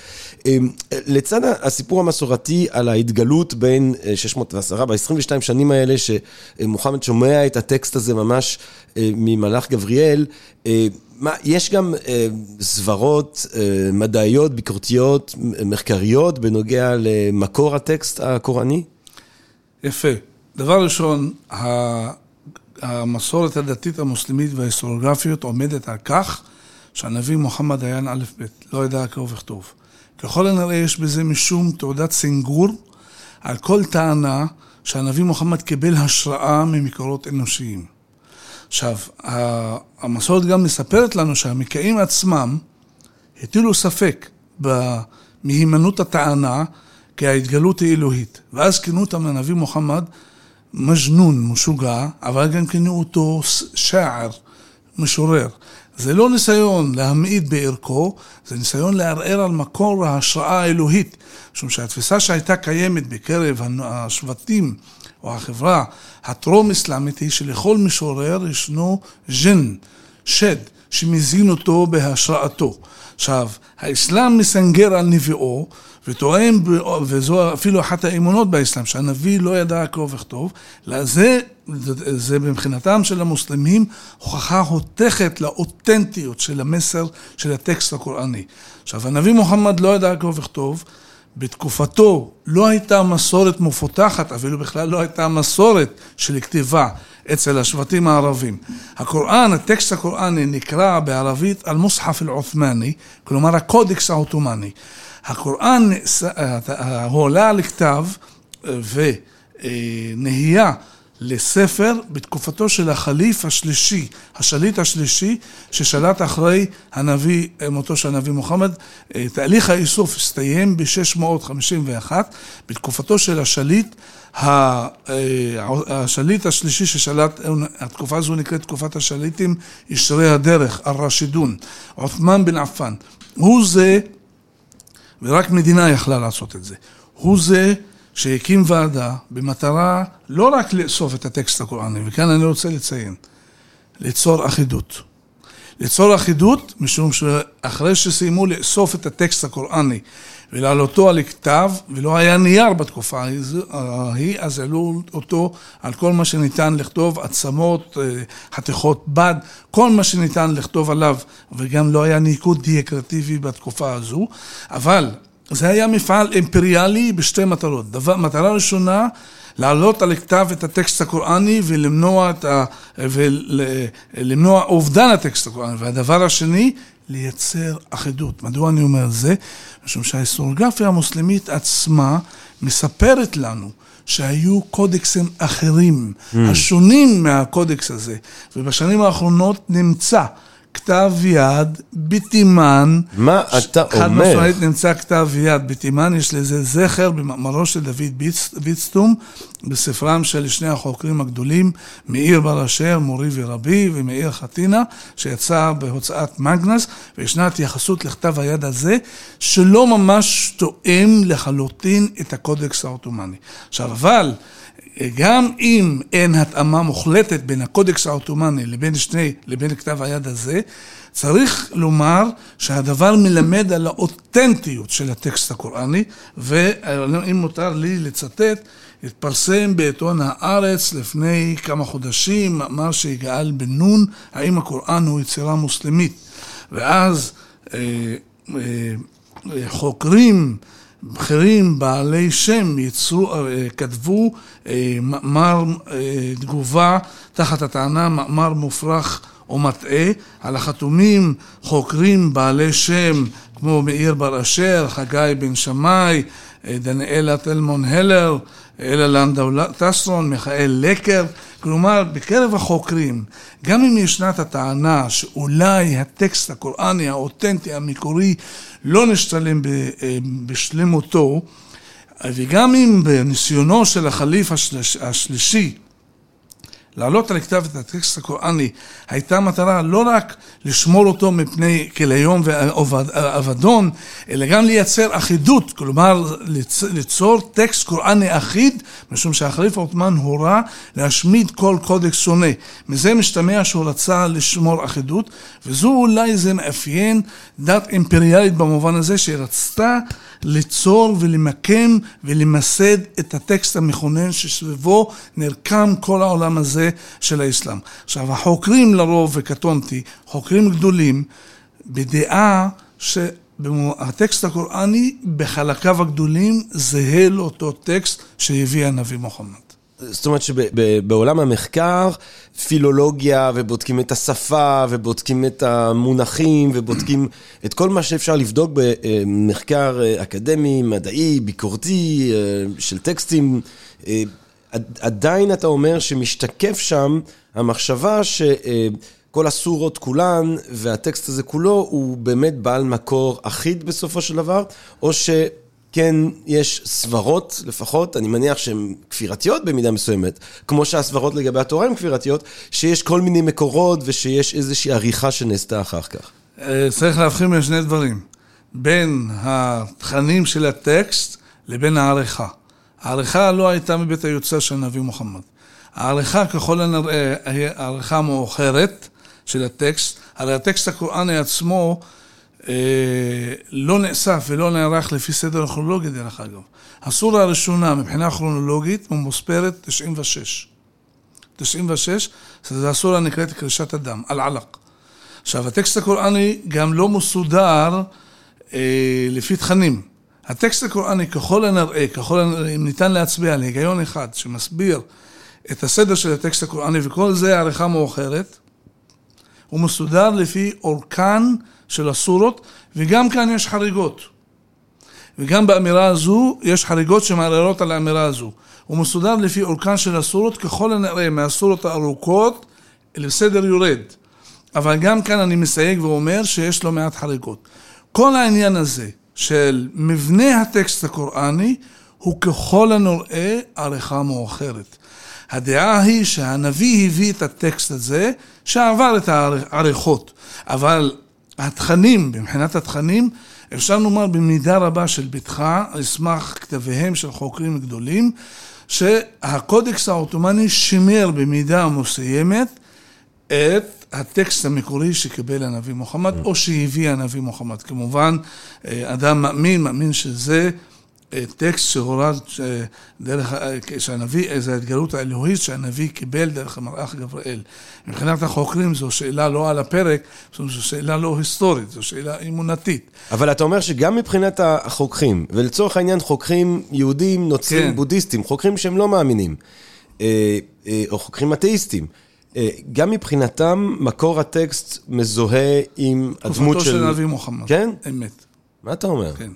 לצד הסיפור המסורתי על ההתגלות בין 610, ב-22 שנים האלה שמוחמד שומע את הטקסט הזה ממש ממלאך גבריאל, יש גם סברות מדעיות, ביקורתיות, מחקריות בנוגע למקור הטקסט הקוראני? יפה. דבר ראשון, המסורת הדתית המוסלמית וההיסטוריוגרפיות עומדת על כך שהנביא מוחמד היה א' ב', לא ידע קרוא וכתוב. ככל הנראה יש בזה משום תעודת סינגור על כל טענה שהנביא מוחמד קיבל השראה ממקורות אנושיים. עכשיו, המסורת גם מספרת לנו שהמקאים עצמם, הטילו ספק במהימנות הטענה, כי ההתגלות היא אלוהית. ואז כינו אותם לנביא מוחמד מג'נון, משוגע, אבל גם כינו אותו שער, משורר. זה לא ניסיון להמעיט בערכו, זה ניסיון לערער על מקור ההשראה האלוהית. משום שהתפיסה שהייתה קיימת בקרב השבטים או החברה הטרום-אסלאמית היא שלכל משורר ישנו ג'ן, שד, שמזין אותו בהשראתו. עכשיו, האסלאם מסנגר על נביאו, וטועם, וזו אפילו אחת האמונות באסלאם, שהנביא לא ידע קרוא וכתוב, זה מבחינתם של המוסלמים הוכחה הותכת לאותנטיות של המסר של הטקסט הקוראני. עכשיו, הנביא מוחמד לא ידע קרוא וכתוב, בתקופתו לא הייתה מסורת מפותחת, אפילו בכלל לא הייתה מסורת של כתיבה אצל השבטים הערבים. הקוראן, הטקסט הקוראני נקרא בערבית אל-מוסחף אל-עות'מאני, כלומר הקודקס העות'מאני. הקוראן הועלה לכתב ונהיה לספר בתקופתו של החליף השלישי, השליט השלישי ששלט אחרי הנביא, מותו של הנביא מוחמד. תהליך האיסוף הסתיים ב-651 בתקופתו של השליט השלישי ששלט, התקופה הזו נקראת תקופת השליטים ישרי הדרך, הרשידון, עות'מן בן עפן. הוא זה, ורק מדינה יכלה לעשות את זה, הוא זה שהקים ועדה במטרה לא רק לאסוף את הטקסט הקוראני, וכאן אני רוצה לציין, ליצור אחידות. ליצור אחידות, משום שאחרי שסיימו לאסוף את הטקסט הקוראני ולעלותו על כתב, ולא היה נייר בתקופה ההיא, אז העלו אותו על כל מה שניתן לכתוב, עצמות, חתיכות בד, כל מה שניתן לכתוב עליו, וגם לא היה ניקוד דיאקרטיבי בתקופה הזו, אבל זה היה מפעל אימפריאלי בשתי מטרות. מטרה ראשונה, להעלות על כתב את הטקסט הקוראני ולמנוע אובדן הטקסט הקוראני. והדבר השני, לייצר אחידות. מדוע אני אומר זה? משום שההיסטוריוגרפיה המוסלמית עצמה מספרת לנו שהיו קודקסים אחרים, השונים מהקודקס הזה. ובשנים האחרונות נמצא כתב יד בתימן. מה אתה אומר? חד משמעית נמצא כתב יד בתימן, יש לזה זכר במאמרו של דוד ויצטום, בספרם של שני החוקרים הגדולים, מאיר בר אשר, מורי ורבי, ומאיר חתינה, שיצא בהוצאת מגנס, וישנה התייחסות לכתב היד הזה, שלא ממש תואם לחלוטין את הקודקס העות'מאני. עכשיו, אבל גם אם אין התאמה מוחלטת בין הקודקס העות'מאני לבין כתב היד הזה, צריך לומר שהדבר מלמד על האותנטיות של הטקסט הקוראני, ואם מותר לי לצטט, התפרסם בעיתון הארץ לפני כמה חודשים, מאמר שיגאל בן נון, האם הקוראן הוא יצירה מוסלמית. ואז חוקרים בכירים בעלי שם כתבו מאמר תגובה תחת הטענה מאמר מופרך או מטעה. על החתומים חוקרים בעלי שם כמו מאיר בר אשר, חגי בן שמאי, דניאלה תלמון הלר, אלה לנדאו טסרון, מיכאל לקר. כלומר, בקרב החוקרים, גם אם ישנה את הטענה שאולי הטקסט הקוראני האותנטי המקורי לא נשתלם בשלמותו, וגם אם בניסיונו של החליף השלישי לעלות על כתב את הטקסט הקוראני, הייתה מטרה לא רק לשמור אותו מפני כליום ואבדון, אלא גם לייצר אחידות, כלומר ליצור טקסט קוראני אחיד, משום שהחליף העות'מן הורה להשמיד כל קודקס שונה. מזה משתמע שהוא רצה לשמור אחידות, וזו אולי זה מאפיין דת אימפריאלית במובן הזה, שרצתה ליצור ולמקם ולמסד את הטקסט המכונן שסביבו נרקם כל העולם הזה של האסלאם. עכשיו, החוקרים לרוב, וקטונתי, חוקרים גדולים, בדעה שהטקסט הקוראני בחלקיו הגדולים זהה לאותו טקסט שהביא הנביא מוחמד. זאת אומרת שבעולם המחקר, פילולוגיה, ובודקים את השפה, ובודקים את המונחים, ובודקים את כל מה שאפשר לבדוק במחקר אקדמי, מדעי, ביקורתי, של טקסטים. עדיין אתה אומר שמשתקף שם המחשבה כל הסורות כולן, והטקסט הזה כולו, הוא באמת בעל מקור אחיד בסופו של דבר, או שכן יש סברות לפחות, אני מניח שהן כפירתיות במידה מסוימת, כמו שהסברות לגבי התורה הן כפירתיות, שיש כל מיני מקורות ושיש איזושהי עריכה שנעשתה אחר כך. צריך להבחין בין שני דברים, בין התכנים של הטקסט לבין העריכה. העריכה לא הייתה מבית היוצר של הנביא מוחמד. העריכה ככל הנראה היא העריכה מאוחרת של הטקסט. הרי הטקסט הקוראני עצמו לא נאסף ולא נערך לפי סדר כרונולוגי דרך אגב. הסורה הראשונה מבחינה כרונולוגית ממוספרת 96. 96, זו הסורה נקראת קרישת הדם, אל-עלק. עכשיו, הטקסט הקוראני גם לא מסודר לפי תכנים. הטקסט הקוראני ככל הנראה, אם ניתן להצביע על היגיון אחד שמסביר את הסדר של הטקסט הקוראני, וכל זה העריכה מאוחרת, הוא מסודר לפי אורכן של הסורות, וגם כאן יש חריגות. וגם באמירה הזו יש חריגות שמערערות על האמירה הזו. הוא מסודר לפי אורכן של הסורות, ככל הנראה מהסורות הארוכות לסדר יורד. אבל גם כאן אני מסייג ואומר שיש לו מעט חריגות. כל העניין הזה של מבנה הטקסט הקוראני הוא ככל הנראה עריכה מאוחרת. הדעה היא שהנביא הביא את הטקסט הזה שעבר את העריכות, אבל התכנים, במחינת התכנים, אפשר לומר במידה רבה של בטחה, על סמך כתביהם של חוקרים גדולים, שהקודקס העות'מאני שימר במידה מסוימת את הטקסט המקורי שקיבל הנביא מוחמד, או שהביא הנביא מוחמד. כמובן, אדם מאמין שזה טקסט שהורד דרך, שהנביא, איזו התגלות האלוהית שהנביא קיבל דרך המלאך גבריאל. מבחינת החוקרים זו שאלה לא על הפרק, זו שאלה לא היסטורית, זו שאלה אמונתית. אבל אתה אומר שגם מבחינת החוקרים, ולצורך העניין חוקרים יהודים, נוצרים, בודהיסטים, חוקרים שהם לא מאמינים, או חוקרים אתאיסטים, גם מבחינתם מקור הטקסט מזוהה עם הדמות של הנביא מוחמד. כן? אמת. מה אתה אומר? כן.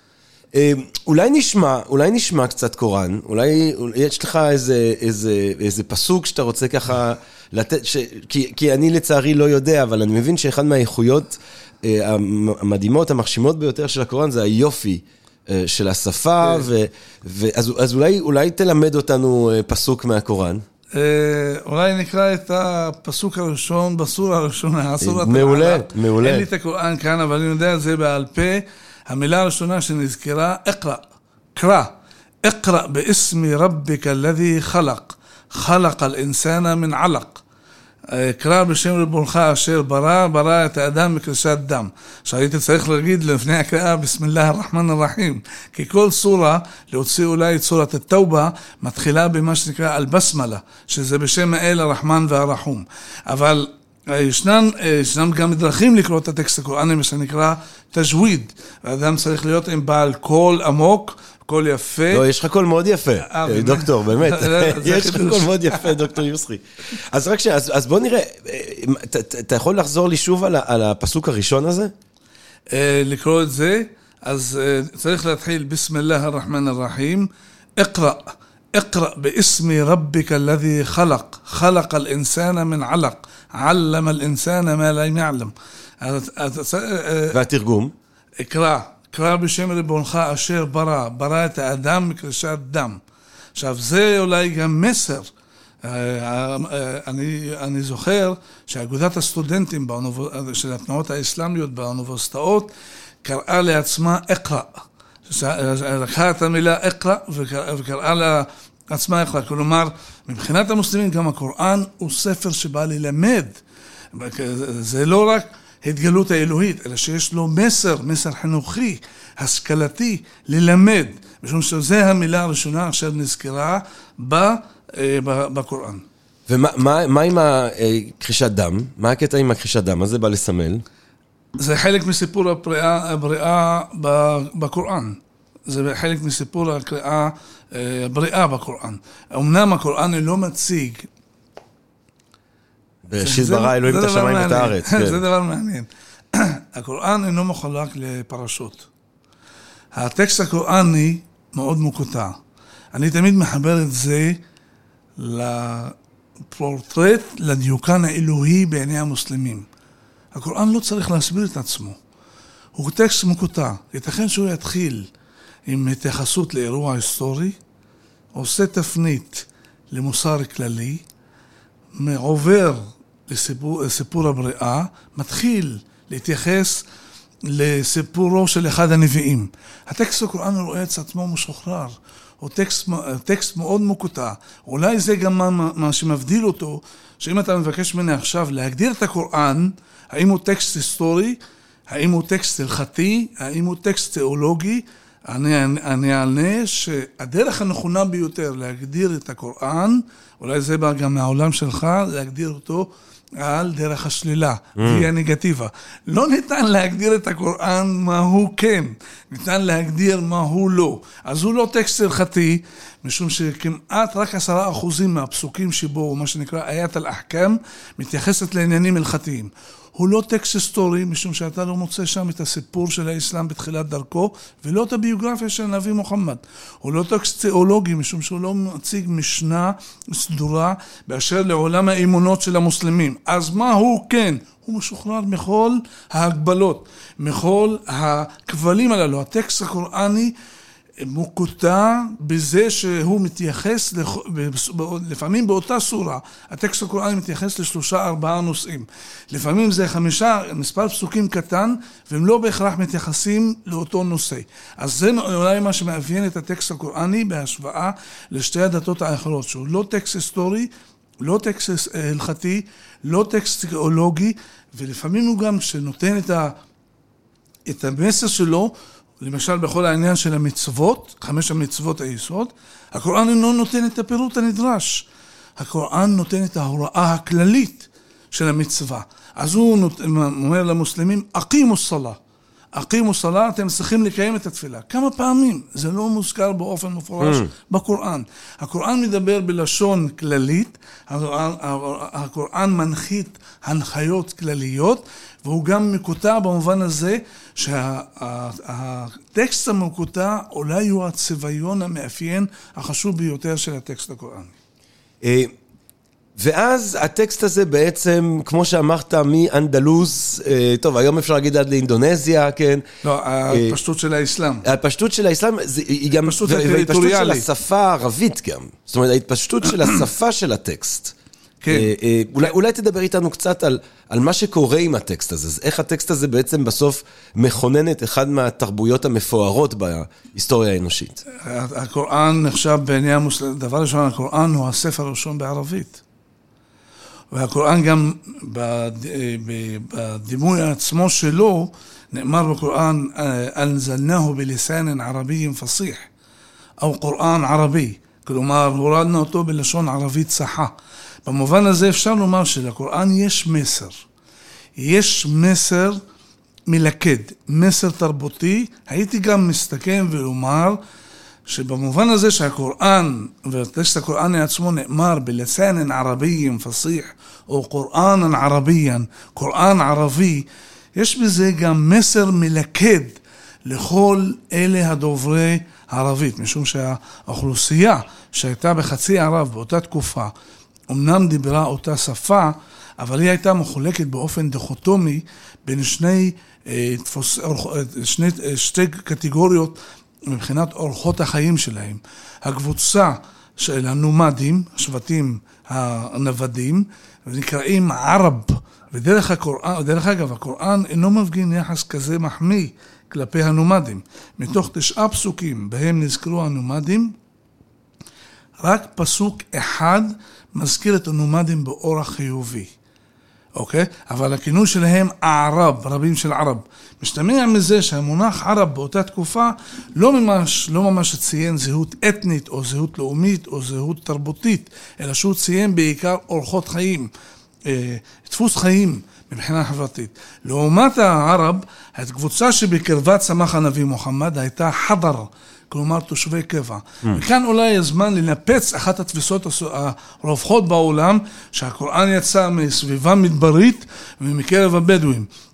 אולי נשמע קצת קוראן, אולי יש לך איזה פסוק שאתה רוצה ככה לתת, כי אני לצערי לא יודע, אבל אני מבין שאחד מהאיכויות המדהימות, המחשימות ביותר של הקוראן זה היופי של השפה, אז אולי תלמד אותנו פסוק מהקוראן. אולי נקרא את הפסוק הראשון בסורה הראשונה. מעולה, מעולה. אין לי את הקוראן כאן, אבל אני יודע את זה בעל פה. המילה הראשונה שנזכרה, קרא. اقرأ باسم ربك الذي خلق الإنسان من علق. קרא בשם ריבונך אשר ברא את האדם מקרישת דם. שהייתי צריך להגיד לפני הקריאה בסם אללה הרחמן הרחים, כי כל סורה, להוציא אולי את סורת התאובה, מתחילה במה שנקרא אל-בסמלה, שזה בשם האל הרחמן והרחום. אבל ישנם גם דרכים לקרוא את הטקסט הקוראני, מה שנקרא תג'וויד. האדם צריך להיות עם בעל קול עמוק, קול יפה. לא, יש לך קול מאוד יפה, דוקטור, באמת. יש לך קול מאוד יפה, דוקטור יוסרי. אז רק אז בוא נראה, אתה יכול לחזור לי שוב על הפסוק הראשון הזה? לקרוא את זה, אז צריך להתחיל בסם אללה הרחמן הרחים, اقرأ باسم ربك الذي خلق الإنسان من علق علم الإنسان ما لا يعلم. והתרגום? קרא בשם ריבונך אשר ברא את האדם מקרישת דם. עכשיו זה אולי גם מסר. אני זוכר שאגודת הסטודנטים של התנועות האסלאמיות באוניברסיטאות קראה לעצמה אקרא. לקחה את המילה אקרא וקראה לעצמה אקרא. כלומר, מבחינת המוסלמים גם הקוראן הוא ספר שבא ללמד. זה לא רק התגלות האלוהית, אלא שיש לו מסר חינוכי, השכלתי, ללמד. משום שזה המילה הראשונה אשר נזכרה בקוראן. ומה עם הקרישת דם? מה הקטע עם הקרישת דם? מה זה בא לסמל? זה חלק מסיפור הבריאה בקוראן. זה חלק מסיפור הבריאה בקוראן. אמנם הקוראן לא מציג. בראשית ברא אלוהים את השמיים ואת הארץ. זה דבר מעניין. הקוראן אינו מחולק לפרשות. הטקסט הקוראני מאוד מקוטע. אני תמיד מחבר את זה פורטרט לדיוקן האלוהי בעיני המוסלמים. הקוראן לא צריך להסביר את עצמו. הוא טקסט מקוטע. ייתכן שהוא יתחיל עם התייחסות לאירוע היסטורי, עושה תפנית למוסר כללי, עובר לסיפור הבריאה, מתחיל להתייחס לסיפורו של אחד הנביאים. הטקסט הקוראני רואה את עצמו משוחרר. הוא טקסט מאוד מקוטע. אולי זה גם מה שמבדיל אותו, שאם אתה מבקש ממני עכשיו להגדיר את הקוראן, האם הוא טקסט היסטורי, האם הוא טקסט הלכתי, האם הוא טקסט תיאולוגי, אני אענה שהדרך הנכונה ביותר להגדיר את הקוראן, אולי זה בא גם מהעולם שלך, להגדיר אותו על דרך השלילה, והיא הנגטיבה. לא ניתן להגדיר את הקוראן מה הוא כן, ניתן להגדיר מה הוא לא. אז הוא לא טקסט הלכתי, משום שכמעט רק 10% מהפסוקים שבו, מה שנקרא איית אל-אחכם, מתייחסת לעניינים הלכתיים. הוא לא טקסט היסטורי, משום שאתה לא מוצא שם את הסיפור של האסלאם בתחילת דרכו, ולא את הביוגרפיה של הנביא מוחמד. הוא לא טקסט תיאולוגי, משום שהוא לא מציג משנה סדורה באשר לעולם האמונות של המוסלמים. אז מה הוא כן? הוא משוחרר מכל ההגבלות, מכל הכבלים הללו. הטקסט הקוראני מקוטע בזה שהוא מתייחס, לפעמים באותה סורה, הטקסט הקוראני מתייחס ל3-4 נושאים. לפעמים זה 5, מספר פסוקים קטן, והם לא בהכרח מתייחסים לאותו נושא. אז זה אולי מה שמאפיין את הטקסט הקוראני בהשוואה לשתי הדתות האחרות, שהוא לא טקסט היסטורי, לא טקסט הלכתי, לא טקסט תיאולוגי, ולפעמים הוא גם שנותן את המסר שלו, למשל בכל העניין של המצוות, 5 המצוות היסוד, הקוראן אינו נותן את הפירוט הנדרש. הקוראן נותן את ההוראה הכללית של המצווה. אז הוא אומר למוסלמים, אקימו סלה. אקימו סלה, אתם צריכים לקיים את התפילה. כמה פעמים? זה לא מוזכר באופן מפורש בקוראן. הקוראן מדבר בלשון כללית, הקוראן מנחית הנחיות כלליות, והוא גם מקוטע במובן הזה שהטקסט המקוטע אולי הוא הצביון המאפיין החשוב ביותר של הטקסט הקוראני. ואז הטקסט הזה בעצם, כמו שאמרת, מאנדלוס, טוב, היום אפשר להגיד עד לאינדונזיה, כן? לא, הפשטות של האסלאם. הפשטות של האסלאם, היא גם, וההתפשטות של השפה הערבית גם. זאת אומרת, ההתפשטות של השפה של הטקסט. כן. אולי תדבר איתנו קצת על מה שקורה עם הטקסט הזה, איך הטקסט הזה בעצם בסוף מכונן את אחד מהתרבויות המפוארות בהיסטוריה האנושית. הקוראן נחשב בעיני המוסלמים, דבר ראשון, הקוראן הוא הספר הראשון בערבית. והקוראן גם בדימוי עצמו שלו, נאמר בקוראן, אנזלנהו בלסן ערבי פסיח, או קוראן ערבי, כלומר, הורדנו אותו בלשון ערבית צחה. במובן הזה אפשר לומר שלקוראן יש מסר. יש מסר מלכד, מסר תרבותי. הייתי גם מסתכם ולומר שבמובן הזה שהקוראן, והטקסט הקוראני עצמו נאמר בלסן ערבי פסיח, או קוראן ערביין, קוראן ערבי, יש בזה גם מסר מלכד לכל אלה הדוברי ערבית, משום שהאוכלוסייה שהייתה בחצי ערב באותה תקופה, אמנם דיברה אותה שפה, אבל היא הייתה מחולקת באופן דיכוטומי בין שתי קטגוריות מבחינת אורחות החיים שלהם. הקבוצה של הנומדים, השבטים הנוודים, ונקראים ערב, ודרך אגב, הקוראן אינו מפגין יחס כזה מחמיא כלפי הנומדים. מתוך 9 פסוקים בהם נזכרו הנומדים, רק פסוק אחד מזכיר את הנומדים באורח חיובי. אוקיי? אבל הכינוי שלהם ערב, רבים של ערב. משתמע מזה שהמונח ערב באותה תקופה לא ממש ציין זהות אתנית או זהות לאומית או זהות תרבותית, אלא שהוא ציין בעיקר אורחות חיים, דפוס חיים מבחינה חברתית. לעומת הערב, הקבוצה שבקרבת צמח הנביא מוחמד הייתה חדר, כלומר תושבי קבע. וכאן אולי הזמן לנפץ אחת התפיסות הרווחות בעולם, שהקוראן יצא מסביבה מדברית ומקרב הבדואים.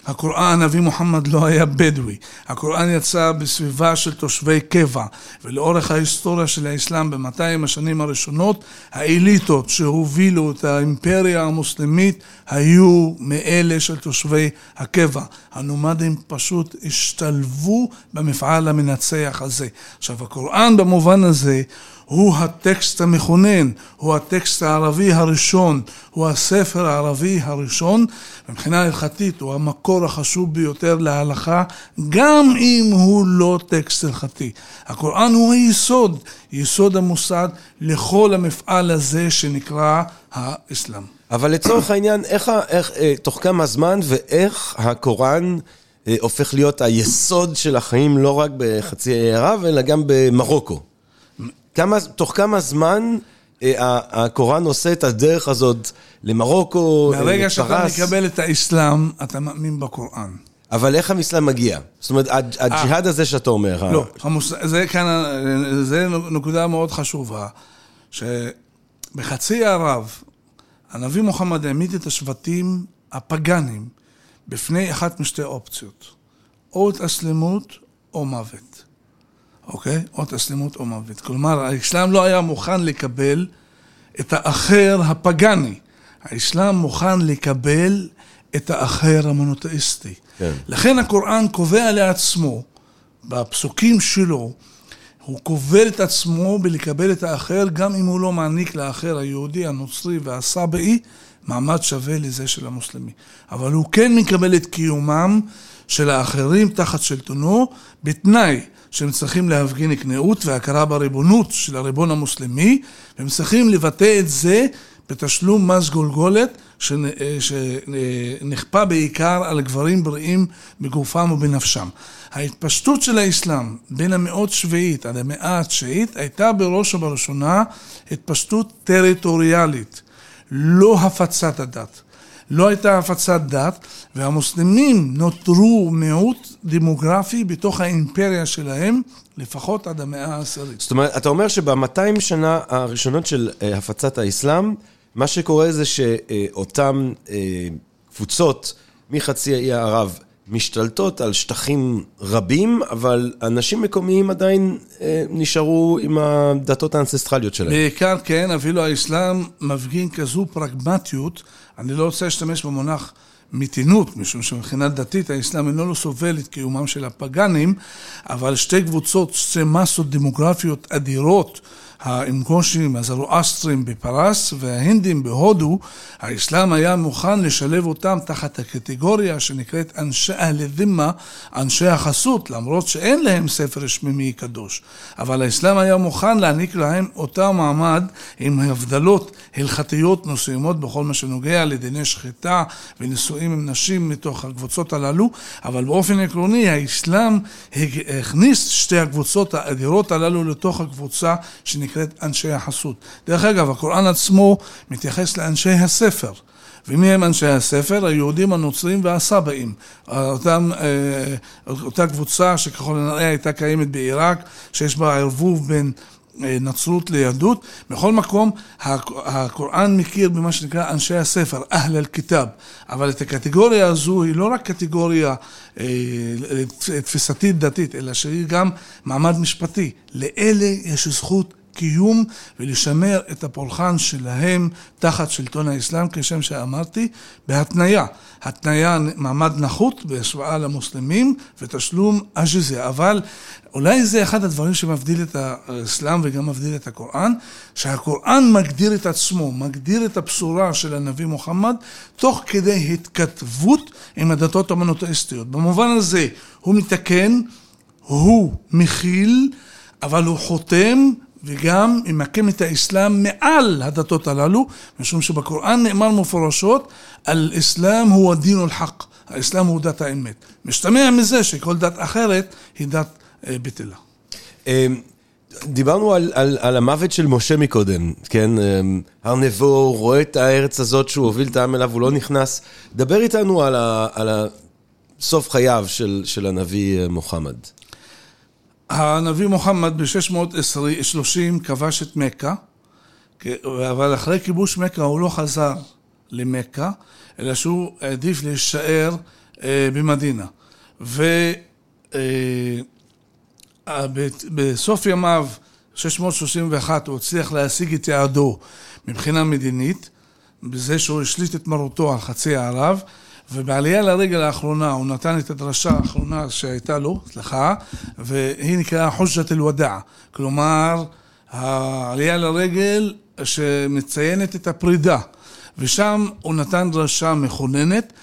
הקוראן, הנביא מוחמד לא היה בדואי. הקוראן יצא בסביבה של תושבי קבע, ולאורך ההיסטוריה של האסלאם ב-200 השנים הראשונות, האליטות שהובילו את האימפריה המוסלמית היו מאלה של תושבי הקבע. הנומדים פשוט השתלבו במפעל המנצח הזה. עכשיו, הקוראן במובן הזה הוא הטקסט המכונן, הוא הטקסט הערבי הראשון, הוא הספר הערבי הראשון, מבחינה הלכתית הוא המקור החשוב ביותר להלכה, גם אם הוא לא טקסט הלכתי. הקוראן הוא היסוד, יסוד המוסד לכל המפעל הזה שנקרא האסלאם. אבל לצורך העניין, תוך כמה זמן ואיך הקוראן הופך להיות היסוד של החיים לא רק בחצי האי ערב, אלא גם במרוקו? תוך כמה זמן הקוראן עושה את הדרך הזאת למרוקו, לפרס? מהרגע שאתה מקבל את האסלאם, אתה מאמין בקוראן. אבל איך האסלאם מגיע? זאת אומרת, הג'יהאד הזה שאתה אומר. לא, זה נקודה מאוד חשובה, שבחצי הערב, הנביא מוחמד העמיד את השבטים הפגנים בפני אחת משתי אופציות, או התאסלמות או מוות. אוקיי? או תסלימות או מוות. כלומר, האסלאם לא היה מוכן לקבל את האחר הפגני. האסלאם מוכן לקבל את האחר המונותאיסטי. כן. לכן הקוראן קובע לעצמו, בפסוקים שלו, הוא קובל את עצמו בלקבל את האחר, גם אם הוא לא מעניק לאחר היהודי, הנוצרי והסבאי, מעמד שווה לזה של המוסלמי. אבל הוא כן מקבל את קיומם של האחרים תחת שלטונו, בתנאי שהם צריכים להפגין כנאות והכרה בריבונות של הריבון המוסלמי, והם צריכים לבטא את זה בתשלום מס גולגולת, שנכפה בעיקר על גברים בריאים בגופם ובנפשם. ההתפשטות של האסלאם בין המאות שביעית עד המאה התשיעית הייתה בראש ובראשונה התפשטות טריטוריאלית, לא הפצת הדת. לא הייתה הפצת דת, והמוסלמים נותרו מיעוט דמוגרפי בתוך האימפריה שלהם, לפחות עד המאה העשירית. זאת אומרת, אתה אומר שב-200 שנה הראשונות של הפצת האסלאם, מה שקורה זה שאותם קבוצות מחצי האי ערב משתלטות על שטחים רבים, אבל אנשים מקומיים עדיין נשארו עם הדתות האנססטרליות שלהם. בעיקר כן, אפילו האסלאם מפגין כזו פרגמטיות, אני לא רוצה להשתמש במונח מתינות, משום שמבחינת דתית האסלאם אינו לא סובל את קיומם של הפגנים, אבל שתי קבוצות, שתי מסות דמוגרפיות אדירות, האינגושים, הזרואסטרים בפרס וההינדים בהודו, האסלאם היה מוכן לשלב אותם תחת הקטגוריה שנקראת אנשי אהל דימה, אנשי החסות, למרות שאין להם ספר רשמי קדוש. אבל האסלאם היה מוכן להעניק להם אותה מעמד עם הבדלות הלכתיות מסוימות בכל מה שנוגע לדיני שחיטה ונישואים עם נשים מתוך הקבוצות הללו, אבל באופן עקרוני האסלאם הכניס שתי הקבוצות האדירות הללו לתוך הקבוצה שנקראת אנשי החסות. דרך אגב, הקוראן עצמו מתייחס לאנשי הספר. ומי הם אנשי הספר? היהודים, הנוצרים והסבאים. אותה קבוצה שככל הנראה הייתה קיימת בעיראק, שיש בה ערבוב בין נצרות ליהדות. בכל מקום, הקוראן מכיר במה שנקרא אנשי הספר, אהל אל-כיתאב. אבל את הקטגוריה הזו היא לא רק קטגוריה תפיסתית דתית, אלא שהיא גם מעמד משפטי. לאלה יש זכות קיום ולשמר את הפולחן שלהם תחת שלטון האסלאם, כשם שאמרתי, בהתניה. התניה מעמד נחות בהשוואה למוסלמים ותשלום הג'זיה. אבל אולי זה אחד הדברים שמבדיל את האסלאם וגם מבדיל את הקוראן, שהקוראן מגדיר את עצמו, מגדיר את הבשורה של הנביא מוחמד, תוך כדי התכתבות עם הדתות המונותאיסטיות. במובן הזה הוא מתקן, הוא מכיל, אבל הוא חותם, וגם ממקם את האסלאם מעל הדתות הללו, משום שבקוראן נאמר מפורשות, על-אסלאם הוא הדין אל-חק, האסלאם הוא דת האמת. משתמע מזה שכל דת אחרת היא דת בטלה. דיברנו על המוות של משה מקודם, כן? הר נבו רואה את הארץ הזאת שהוא הוביל את העם אליו, הוא לא נכנס. דבר איתנו על סוף חייו של הנביא מוחמד. הנביא מוחמד ב-630 כבש את מקה, אבל אחרי כיבוש מקה הוא לא חזר למקה, אלא שהוא העדיף להישאר במדינה. ובסוף ימיו, 631, הוא הצליח להשיג את יעדו מבחינה מדינית, בזה שהוא השליט את מרותו על חצי הערב, ובעלייה לרגל האחרונה, הוא נתן את הדרשה האחרונה שהייתה לו, והיא נקראה חוג'ת אל-ודע, כלומר, העלייה לרגל שמציינת את הפרידה, ושם הוא נתן דרשה מכוננת,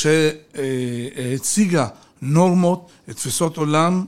שהציגה נורמות, תפיסות עולם,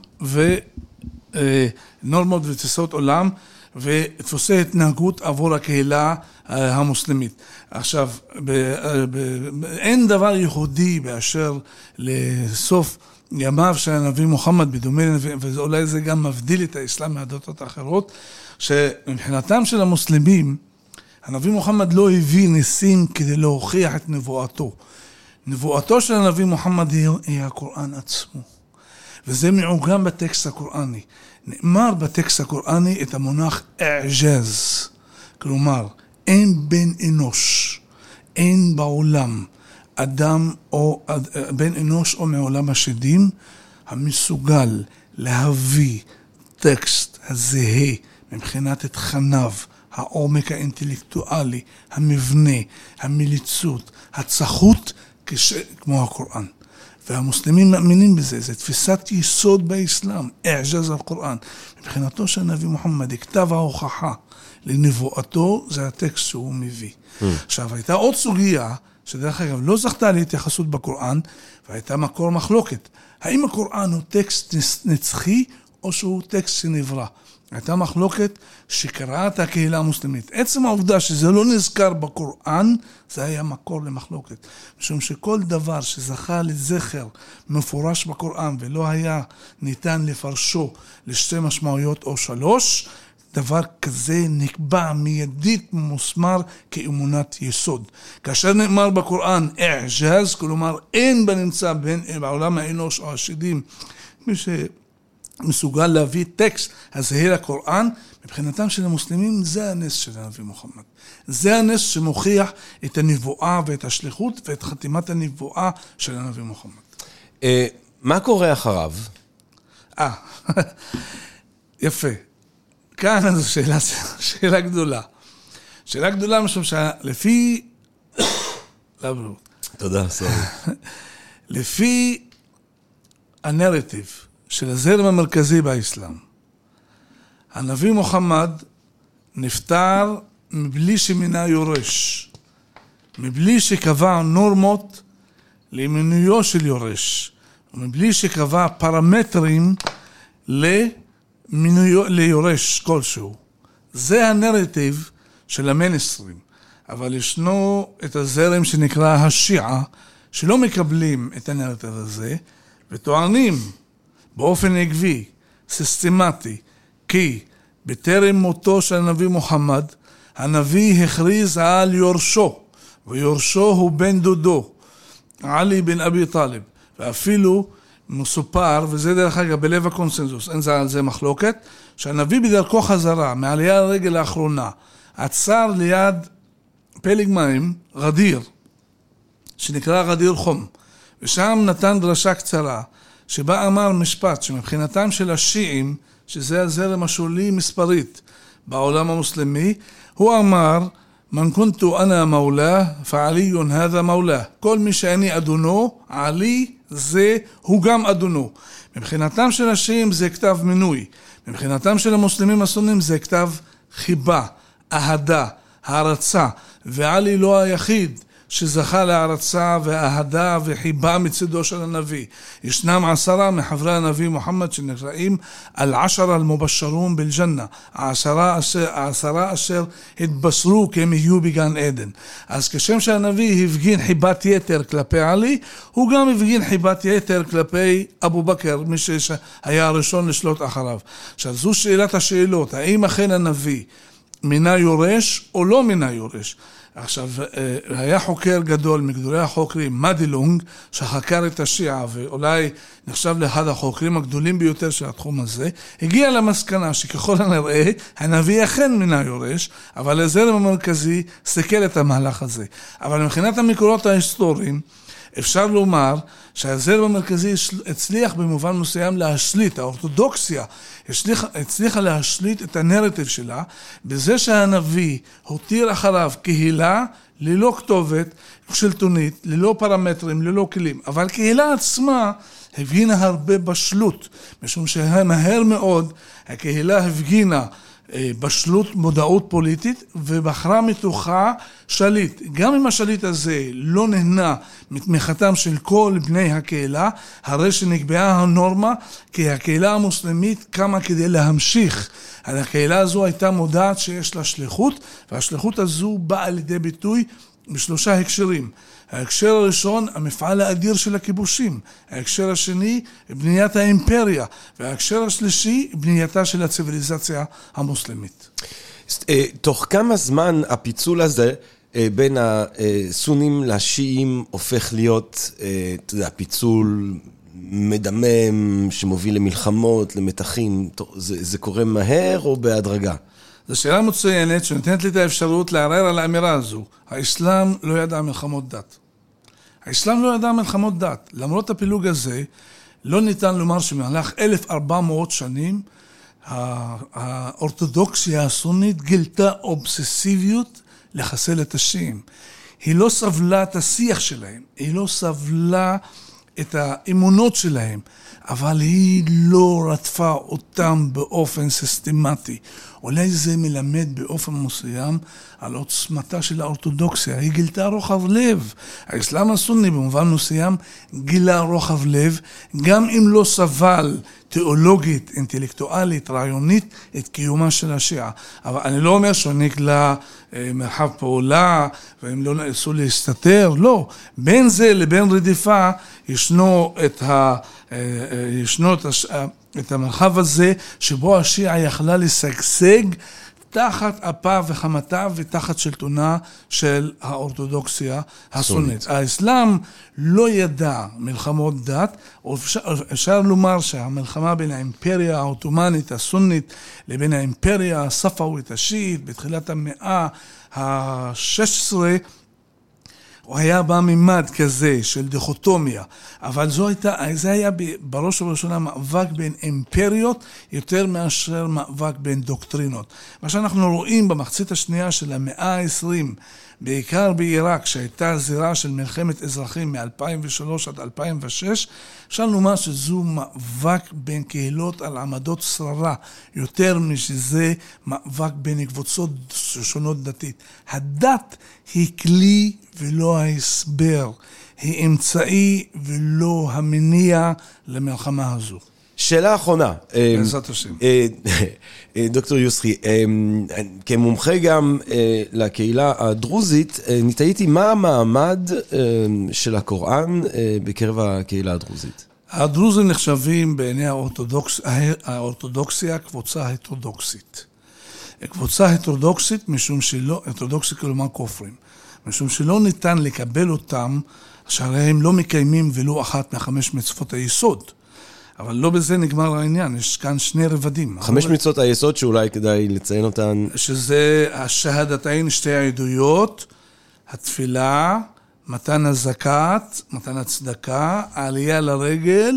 נורמות ותפיסות עולם, ודפוסי התנהגות עבור הקהילה המוסלמית. עכשיו, אין דבר ייחודי באשר לסוף ימיו של הנביא מוחמד, בדומה לנביא, ואולי זה גם מבדיל את האסלאם מהדתות האחרות, שמבחינתם של המוסלמים, הנביא מוחמד לא הביא ניסים כדי להוכיח את נבואתו. נבואתו של הנביא מוחמד היא הקוראן עצמו. וזה מעוגן בטקסט הקוראני. נאמר בטקסט הקוראני את המונח אעג'אז. כלומר, אין בן אנוש, אין בעולם אדם או בן אנוש או מעולם השדים המסוגל להביא טקסט הזהה מבחינת תכניו, העומק האינטלקטואלי, המבנה, המליצות, הצחות, כמו הקוראן. והמוסלמים מאמינים בזה, זה תפיסת יסוד באסלאם, אעג'אז הקוראן. מבחינתו של הנביא מוחמד, כתב ההוכחה לנבואתו, זה הטקסט שהוא מביא. עכשיו, הייתה עוד סוגיה, שדרך אגב לא זכתה להתייחסות בקוראן, והייתה מקור מחלוקת. האם הקוראן הוא טקסט נצחי, או שהוא טקסט שנברא? הייתה מחלוקת שקראת הקהילה המוסלמית. עצם העובדה שזה לא נזכר בקוראן, זה היה מקור למחלוקת. משום שכל דבר שזכה לזכר מפורש בקוראן, ולא היה ניתן לפרשו לשתי משמעויות או שלוש, דבר כזה נקבע מיידית מוסמר כאמונת יסוד. כאשר נאמר בקוראן אעג'אז, כלומר אין בנמצא בין בעולם האנוש או השדים, מי מסוגל להביא טקסט הזהה לקוראן, מבחינתם של המוסלמים זה הנס של הנביא מוחמד. זה הנס שמוכיח את הנבואה ואת השליחות ואת חתימת הנבואה של הנביא מוחמד. מה קורה אחריו? יפה. כאן זו שאלה גדולה. שאלה גדולה משום שלפי... תודה, סורי. לפי הנרטיב של הזרם המרכזי באסלאם, הנביא מוחמד נפטר מבלי שמינה יורש, מבלי שקבע נורמות למינויו של יורש, ומבלי שקבע פרמטרים ליורש כלשהו. זה הנרטיב של המיינסטרים. אבל ישנו את הזרם שנקרא השיעה, שלא מקבלים את הנרטיב הזה, וטוענים באופן עקבי, סיסטמטי, כי בטרם מותו של הנביא מוחמד, הנביא הכריז על יורשו, ויורשו הוא בן דודו, עלי בן אבי טלב, ואפילו מסופר, וזה דרך אגב בלב הקונסנזוס, אין על זה מחלוקת, שהנביא בדרכו חזרה, מעלייה לרגל האחרונה, עצר ליד פלג מים, רדיר, שנקרא רדיר חום, ושם נתן דרשה קצרה, שבה אמר משפט שמבחינתם של השיעים, שזה הזרם השולי מספרית בעולם המוסלמי, הוא אמר, מן כונתו אנה מולה, פעליון הדה מולה. כל מי שאני אדונו, עלי זה הוא גם אדונו. מבחינתם של השיעים זה כתב מינוי. מבחינתם של המוסלמים הסונים זה כתב חיבה, אהדה, הערצה. ועלי לא היחיד שזכה להערצה והאהדה וחיבה מצדו של הנביא. ישנם 10 מחברי הנביא מוחמד שנקראים אל-10 אל-מובשרון בלג'נה, 10 אשר התבשרו כי הם יהיו בגן עדן. אז כשם שהנביא הפגין חיבת יתר כלפי עלי, הוא גם הפגין חיבת יתר כלפי אבו בכר, מי שהיה הראשון לשלוט אחריו. עכשיו זו שאלת השאלות, האם אכן הנביא מינה יורש או לא מינה יורש? עכשיו, היה חוקר גדול מגדולי החוקרים, מדילונג, שחקר את השיעה, ואולי נחשב לאחד החוקרים הגדולים ביותר של התחום הזה, הגיע למסקנה שככל הנראה, הנביא אכן מינה יורש, אבל הזרם המרכזי סכל את המהלך הזה. אבל מבחינת המקורות ההיסטוריים, אפשר לומר שהזרם המרכזי הצליח במובן מסוים להשליט, האורתודוקסיה הצליחה להשליט את הנרטיב שלה, בזה שהנביא הותיר אחריו קהילה ללא כתובת שלטונית, ללא פרמטרים, ללא כלים, אבל קהילה עצמה הפגינה הרבה בשלות, משום שמהר מאוד הקהילה הפגינה בשלות מודעות פוליטית ובחרה מתוכה שליט. גם אם השליט הזה לא נהנה מתמיכתם של כל בני הקהילה, הרי שנקבעה הנורמה כי הקהילה המוסלמית קמה כדי להמשיך. הקהילה הזו הייתה מודעת שיש לה שליחות, והשליחות הזו באה לידי ביטוי בשלושה הקשרים. ההקשר הראשון, המפעל האדיר של הכיבושים. ההקשר השני, בניית האימפריה. וההקשר השלישי, בנייתה של הציביליזציה המוסלמית. תוך כמה זמן הפיצול הזה בין הסונים לשיעים הופך להיות, אתה יודע, פיצול מדמם שמוביל למלחמות, למתחים? זה קורה מהר או בהדרגה? זו שאלה מצוינת שנותנת לי את האפשרות לערער על האמירה הזו. האסלאם לא ידע מלחמות דת. האסלאם לא ידע מלחמות דת. למרות הפילוג הזה, לא ניתן לומר שמהלך 1400 שנים, האורתודוקסיה הסונית גילתה אובססיביות לחסל את השיעים. היא לא סבלה את השיח שלהם, היא לא סבלה את האמונות שלהם, אבל היא לא רדפה אותם באופן סיסטמטי. אולי זה מלמד באופן מסוים על עוצמתה של האורתודוקסיה. היא גילתה רוחב לב. האסלאם הסוני במובן מסוים גילה רוחב לב, גם אם לא סבל תיאולוגית, אינטלקטואלית, רעיונית, את קיומה של השיעה. אבל אני לא אומר שעניק לה מרחב פעולה, והם לא נעשו להסתתר, לא. בין זה לבין רדיפה ישנו את המרחב הזה שבו השיעה יכלה לשגשג תחת אפה וחמתה ותחת שלטונה של האורתודוקסיה הסונית. האסלאם לא ידע מלחמות דת, אפשר לומר שהמלחמה בין האימפריה האוטומנית הסונית לבין האימפריה הספאווית השיעית בתחילת המאה ה-16 הוא היה בממד כזה של דיכוטומיה, אבל זה היה בראש ובראשונה מאבק בין אימפריות יותר מאשר מאבק בין דוקטרינות. מה שאנחנו רואים במחצית השנייה של המאה ה-20, בעיקר בעיראק, שהייתה זירה של מלחמת אזרחים מ-2003 עד 2006, אפשר לומר שזו מאבק בין קהילות על עמדות שררה, יותר משזה מאבק בין קבוצות שונות דתית. הדת היא כלי ולא ההסבר, היא אמצעי ולא המניע למלחמה הזו. שאלה אחרונה. בעזרת השם. דוקטור יוסרי, כמומחה גם לקהילה הדרוזית, נתהיתי מה המעמד של הקוראן בקרב הקהילה הדרוזית? הדרוזים נחשבים בעיני האורתודוקסיה קבוצה הטרודוקסית. קבוצה הטרודוקסית משום שלא, הטרודוקסית כלומר כופרים, משום שלא ניתן לקבל אותם, שהרי הם לא מקיימים ולו אחת מהחמש מצוות היסוד. אבל לא בזה נגמר העניין, יש כאן שני רבדים. 5 מצוות היסוד שאולי כדאי לציין אותן. שזה השהדתיים, שתי העדויות, התפילה, מתן הזקת, מתן הצדקה, העלייה לרגל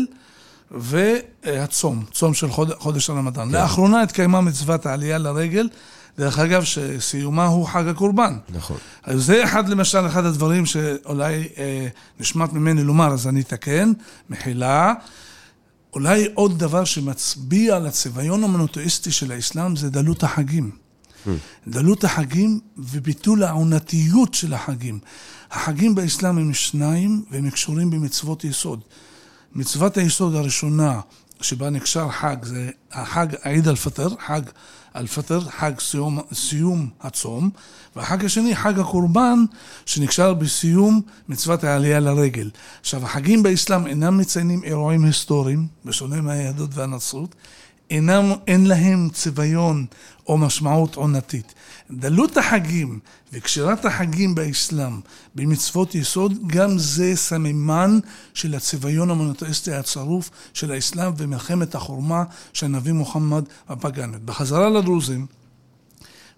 והצום, צום של חודש הרמדאן. לאחרונה התקיימה מצוות העלייה לרגל, דרך אגב שסיומה הוא חג הקורבן. נכון. אז זה למשל אחד הדברים שאולי נשמט ממני לומר, אז אני אתקן, מחילה. אולי עוד דבר שמצביע על הצביון המונותאיסטי של האסלאם זה דלות החגים. דלות החגים וביטול העונתיות של החגים. החגים באסלאם הם שניים והם קשורים במצוות יסוד. מצוות היסוד הראשונה שבה נקשר חג זה החג עיד אל-פטר, חג אל-פטר, חג סיום הצום, והחג השני חג הקורבן שנקשר בסיום מצוות העלייה לרגל. עכשיו החגים באסלאם אינם מציינים אירועים היסטוריים, בשונה מהיהדות והנצרות, אין להם צביון או משמעות עונתית. דלות החגים וקשירת החגים באסלאם במצוות יסוד, גם זה סממן של הצביון המונותאיסטי הצרוף של האסלאם ומלחמת החורמה של נביא מוחמד בפגנות. בחזרה לדרוזים,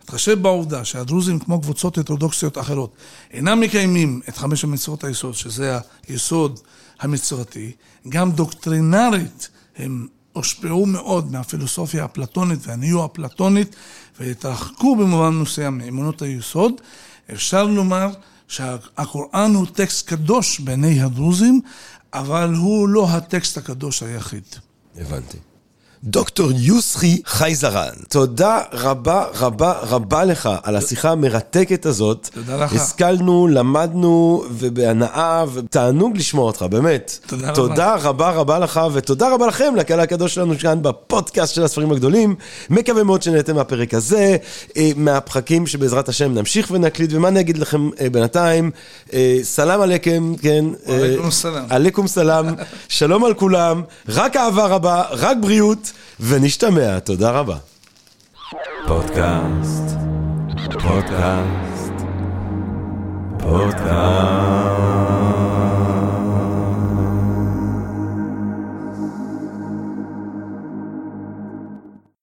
תחשב בעובדה שהדרוזים, כמו קבוצות אורתודוקסיות אחרות, אינם מקיימים את 5 המצוות היסוד, שזה היסוד המצוותי, גם דוקטרינרית הם הושפעו מאוד מהפילוסופיה הפלטונית והניו הפלטונית, והתרחקו במובן מסוים מאמונות היסוד. אפשר לומר שהקוראן הוא טקסט קדוש בעיני הדרוזים, אבל הוא לא הטקסט הקדוש היחיד. הבנתי. דוקטור יוסחי חייזרן, תודה רבה רבה רבה לך על השיחה המרתקת הזאת. תודה לך. השכלנו, למדנו, ובהנאה, ותענוג לשמוע אותך, באמת. תודה רבה. תודה רבה רבה לך, ותודה רבה לכם, לקהל הקדוש שלנו כאן בפודקאסט של הספרים הגדולים. מקווה מאוד שנהנתם מהפרק הזה, מהפחקים שבעזרת השם נמשיך ונקליט, ומה נגיד לכם בינתיים? סלام עליכם, כן. עליכום סלام. עליכום סלام, שלום על כולם, רק אהבה רבה, רק בריאות. ונשתמע, תודה רבה. פודקאסט.